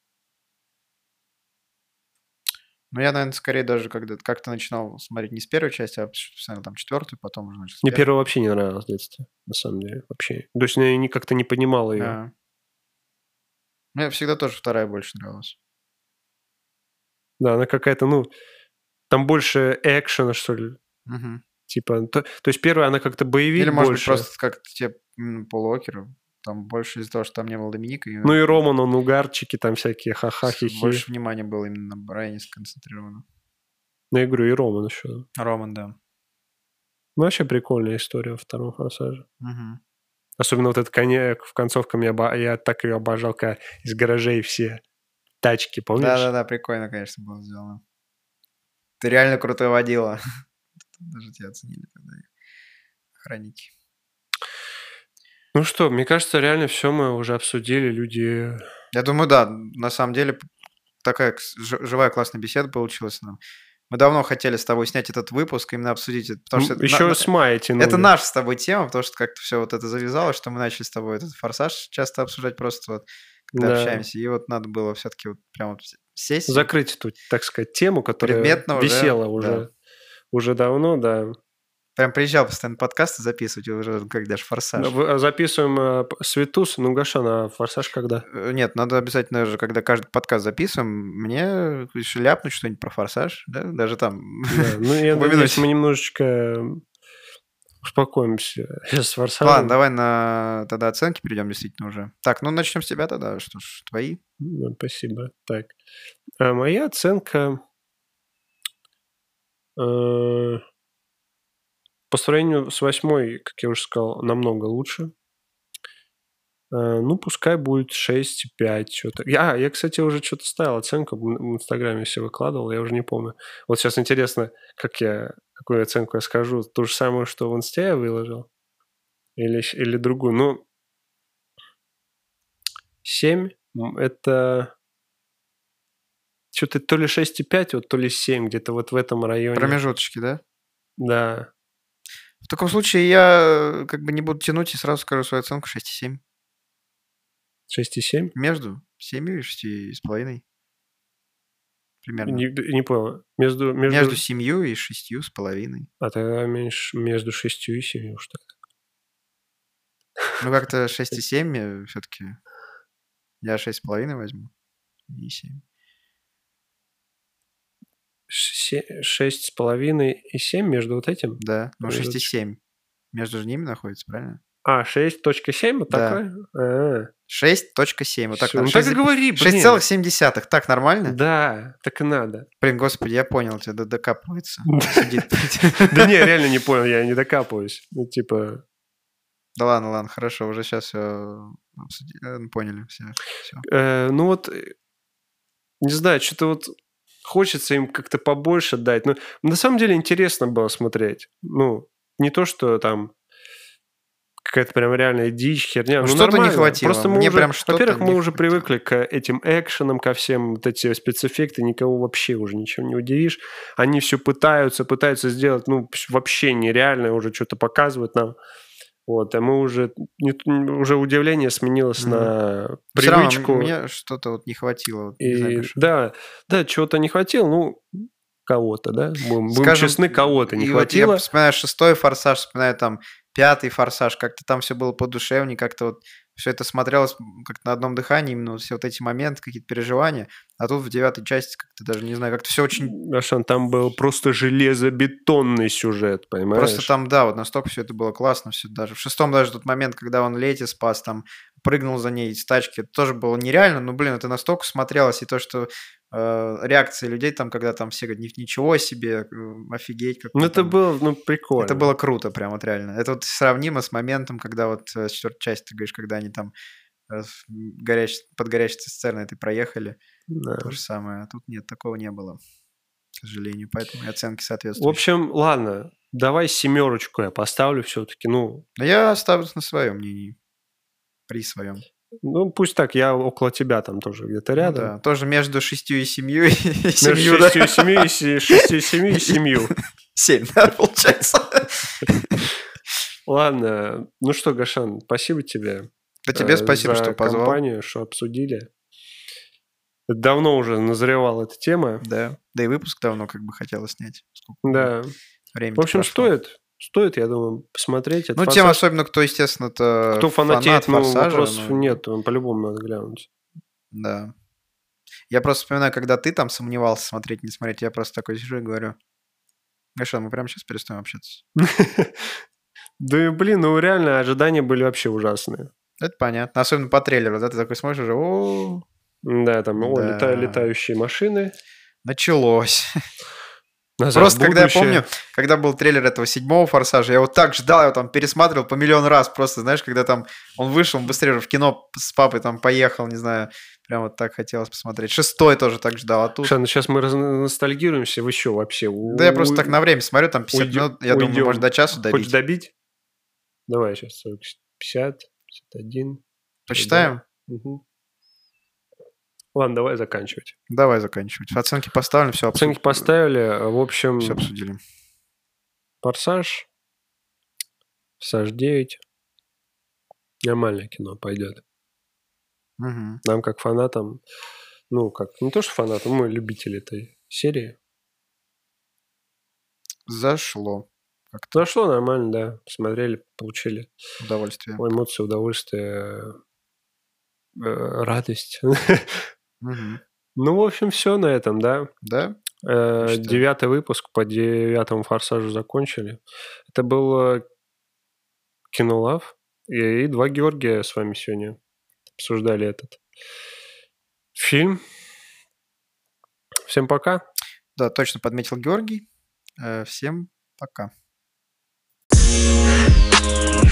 Ну, я, наверное, скорее даже когда как-то начинал смотреть не с первой части, а посмотрел там четвертую, потом уже начал с Мне первой. первый вообще не нравилось в детстве, на самом деле, вообще. То есть я ни- как-то не понимал ее. А. Мне всегда тоже вторая больше нравилась. Да, она какая-то, ну, там больше экшена, что ли. Мгм. Типа, то, то есть первая, она как-то боевик Или, может быть, больше. просто как те м, Пол Уокер, там больше из-за того, что там не было Доминика, и Ну и Роман, он угарчики там всякие, ха-ха, с- хихи. больше внимания было именно на Брайане сконцентрировано. Ну, я говорю, и Роман еще. Роман, да. Ну, вообще прикольная история во втором «Форсаже». Мгм. Особенно вот этот коньяк в концовках, я, оба- я так ее обожал, когда из гаражей все тачки, помнишь? Да-да-да, прикольно, конечно, было сделано. Ты реально крутой водила. Даже тебя оценили тогда охранники. Ну что, мне кажется, реально все мы уже обсудили, люди... Я думаю, да, на самом деле п- такая кс- ж- живая классная беседа получилась нам. Мы давно хотели с тобой снять этот выпуск, именно обсудить это, потому что это, на- Еще на- с мая тянули. это наша с тобой тема, потому что как-то все вот это завязалось, что мы начали с тобой этот «Форсаж» часто обсуждать просто вот, когда Да. общаемся, и вот надо было все-таки вот прям вот сесть. и Закрыть эту, так сказать, тему, которая Предметно уже, висела да. уже, уже давно, да. Прям приезжал постоянно подкасты записывать, и уже когда же «Форсаж». В- Записываем э, п- Светус, ну, Гашан, а «Форсаж» когда? Э, Нет, надо обязательно же, когда каждый подкаст записываем, мне еще ляпнуть что-нибудь про «Форсаж», да, даже там Да, ну, я упомянуть. надеюсь, мы немножечко успокоимся с «Форсажем». Ладно, давай на тогда оценки перейдем действительно уже. Так, ну начнем с тебя тогда. Что ж, твои? Да, спасибо. Так, а моя оценка э, по сравнению с восьмой, как я уже сказал, намного лучше. Э, Ну, пускай будет шесть пять, что-то. Я, я, кстати, уже что-то ставил оценку, в в Инстаграме все выкладывал, я уже не помню. Вот сейчас интересно, как я, какую оценку я скажу. Ту же самую, что в Инсте я выложил? Или, щ- или другую? Ну, семь м, это что-то то ли шесть пять, вот, то ли семь, где-то вот в этом районе. Промежуточки, да? Да. В таком случае я э, как бы не буду тянуть и сразу скажу свою оценку шесть и семь. шесть семь? Между семью и шестью с половиной. Примерно. Не, не понял. Между, между... Между семью и шестью с половиной. А тогда меньше, между шестью и семью, что ли? Ну как-то шесть и семь все-таки. Я шесть с половиной возьму. И семь. Се- Шесть с половиной и семь между вот этим? Да, ну шесть и Промежуточек. семь. Между же ними находится, правильно? А, шесть точка семь, вот Да. такое? А, шесть точка семь. Вот так всё, надо. ну так и шесть говори, блин. шесть целых семь десятых. Так нормально? Да, так и надо. Блин, господи, я понял, тебе д- докапывается. Сидит. Да не, реально не понял, я не докапываюсь. Ну, типа, Да ладно, ладно, хорошо, уже сейчас все поняли все. Всё. э, ну вот, э, не знаю, что-то вот хочется им как-то побольше дать. Но на самом деле интересно было смотреть. Ну, не то, что там какая-то прям реальная дичь, херня. Ну, Ну, что-то не нормально. хватило. Просто мы Мне уже, прям что-то во-первых, мы не уже хватило. привыкли к этим экшенам, ко всем вот эти спецэффекты, никого вообще уже ничего не удивишь. Они все пытаются, пытаются сделать, ну, вообще нереально, уже что-то показывают нам. Вот, а мы уже, не- уже удивление сменилось Мгм. на Всё равно привычку. м- мне что-то вот не хватило. вот не знаю, И, как что. да, да, чего-то не хватило, ну, кого-то, да, будем, будем Скажем, честны, кого-то не и вот я хватило. вспоминаю шестой «Форсаж», вспоминаю там пятый «Форсаж», как-то там все было подушевнее, как-то вот все это смотрелось м, как на одном дыхании, именно вот все вот эти моменты, какие-то переживания. А тут в девятой части как-то даже, не знаю, как-то все очень... Ашан, там был просто железобетонный сюжет, понимаешь? Просто там, да, вот настолько все это было классно, все даже. В шестом даже тот момент, когда он Лети спас, там прыгнул за ней с тачки. Это тоже было нереально, но, блин, это настолько смотрелось, и то, что э, реакции людей там, когда там все говорят, ничего себе, э, офигеть. Как ну, это там... было, ну, прикольно. Это было круто прям вот реально. Это вот сравнимо с моментом, когда вот э, четвертая часть, ты говоришь, когда они там э, горяч... под горячей цистерной ты проехали. Да. То же самое. А тут нет, такого не было, к сожалению. Поэтому и оценки В соответствующие. общем, ладно, давай семерочку я поставлю все-таки. Ну, Но я оставлюсь на своем мнении. При своем. ну, пусть так, я около тебя там тоже где-то Ну рядом. да, тоже между шестью и семью. И Между семью, да? шестью и семью, и се- шестью и семью и семью. Семь, да, получается. Ладно, ну что, Гашан, спасибо тебе Да тебе э, спасибо, за что позвал. компанию, что обсудили. Давно уже назревала эта тема. Да, да и выпуск давно как бы хотела снять. Сколько Да. времени В общем, прошло. стоит, стоит, я думаю, посмотреть. Это Ну, тем «Форсаж». особенно, кто, естественно, то Кто фанатеет, фанат ну, «Форсажа», вопросов ну, нет, он по-любому надо глянуть. Да. Я просто вспоминаю, когда ты там сомневался, смотреть, не смотреть, я просто такой сижу и говорю, Гашан, мы прямо сейчас перестаем общаться. Да, блин, ну реально ожидания были вообще ужасные. Это понятно. Особенно по трейлеру, да, ты такой смотришь уже, о, Да, там, о, Да. лета- летающие машины. началось. Назад Просто в когда я будущее. помню, когда был трейлер этого седьмого «Форсажа», я его так ждал, я его там пересматривал по миллион раз. Просто, знаешь, когда там он вышел, он быстрее в кино с папой там поехал, не знаю, прям вот так хотелось посмотреть. Шестой тоже так ждал, а тут... Слушай, ну сейчас мы раз- ностальгируемся, вы что вообще? Да я просто так на время смотрю, там пятьдесят уйдем- минут, я думаю, уйдем. может до часу Хочешь добить. добить? Давай сейчас сорок, пятьдесят, пятьдесят один. Почитаем? Мгм. Ладно, давай заканчивать. Давай заканчивать. Оценки поставлен, все Оценки поставили. В общем, Все обсудили. «Форсаж», «Форсаж девять». Нормальное кино пойдет. Мгм. Нам как фанатам, ну как, не то что фанатам, мы любители этой серии. Зашло. Как-то Зашло нормально, да. Посмотрели, получили удовольствие. эмоции, удовольствие, э, радость. Мгм. Ну, в общем, все на этом, да. Да? Э, считаю. Девятый выпуск по девятому «Форсажу» закончили. Это был Кинолав. И, и два Георгия с вами сегодня обсуждали этот фильм. Всем пока. Да, точно подметил Георгий. Э, Всем пока.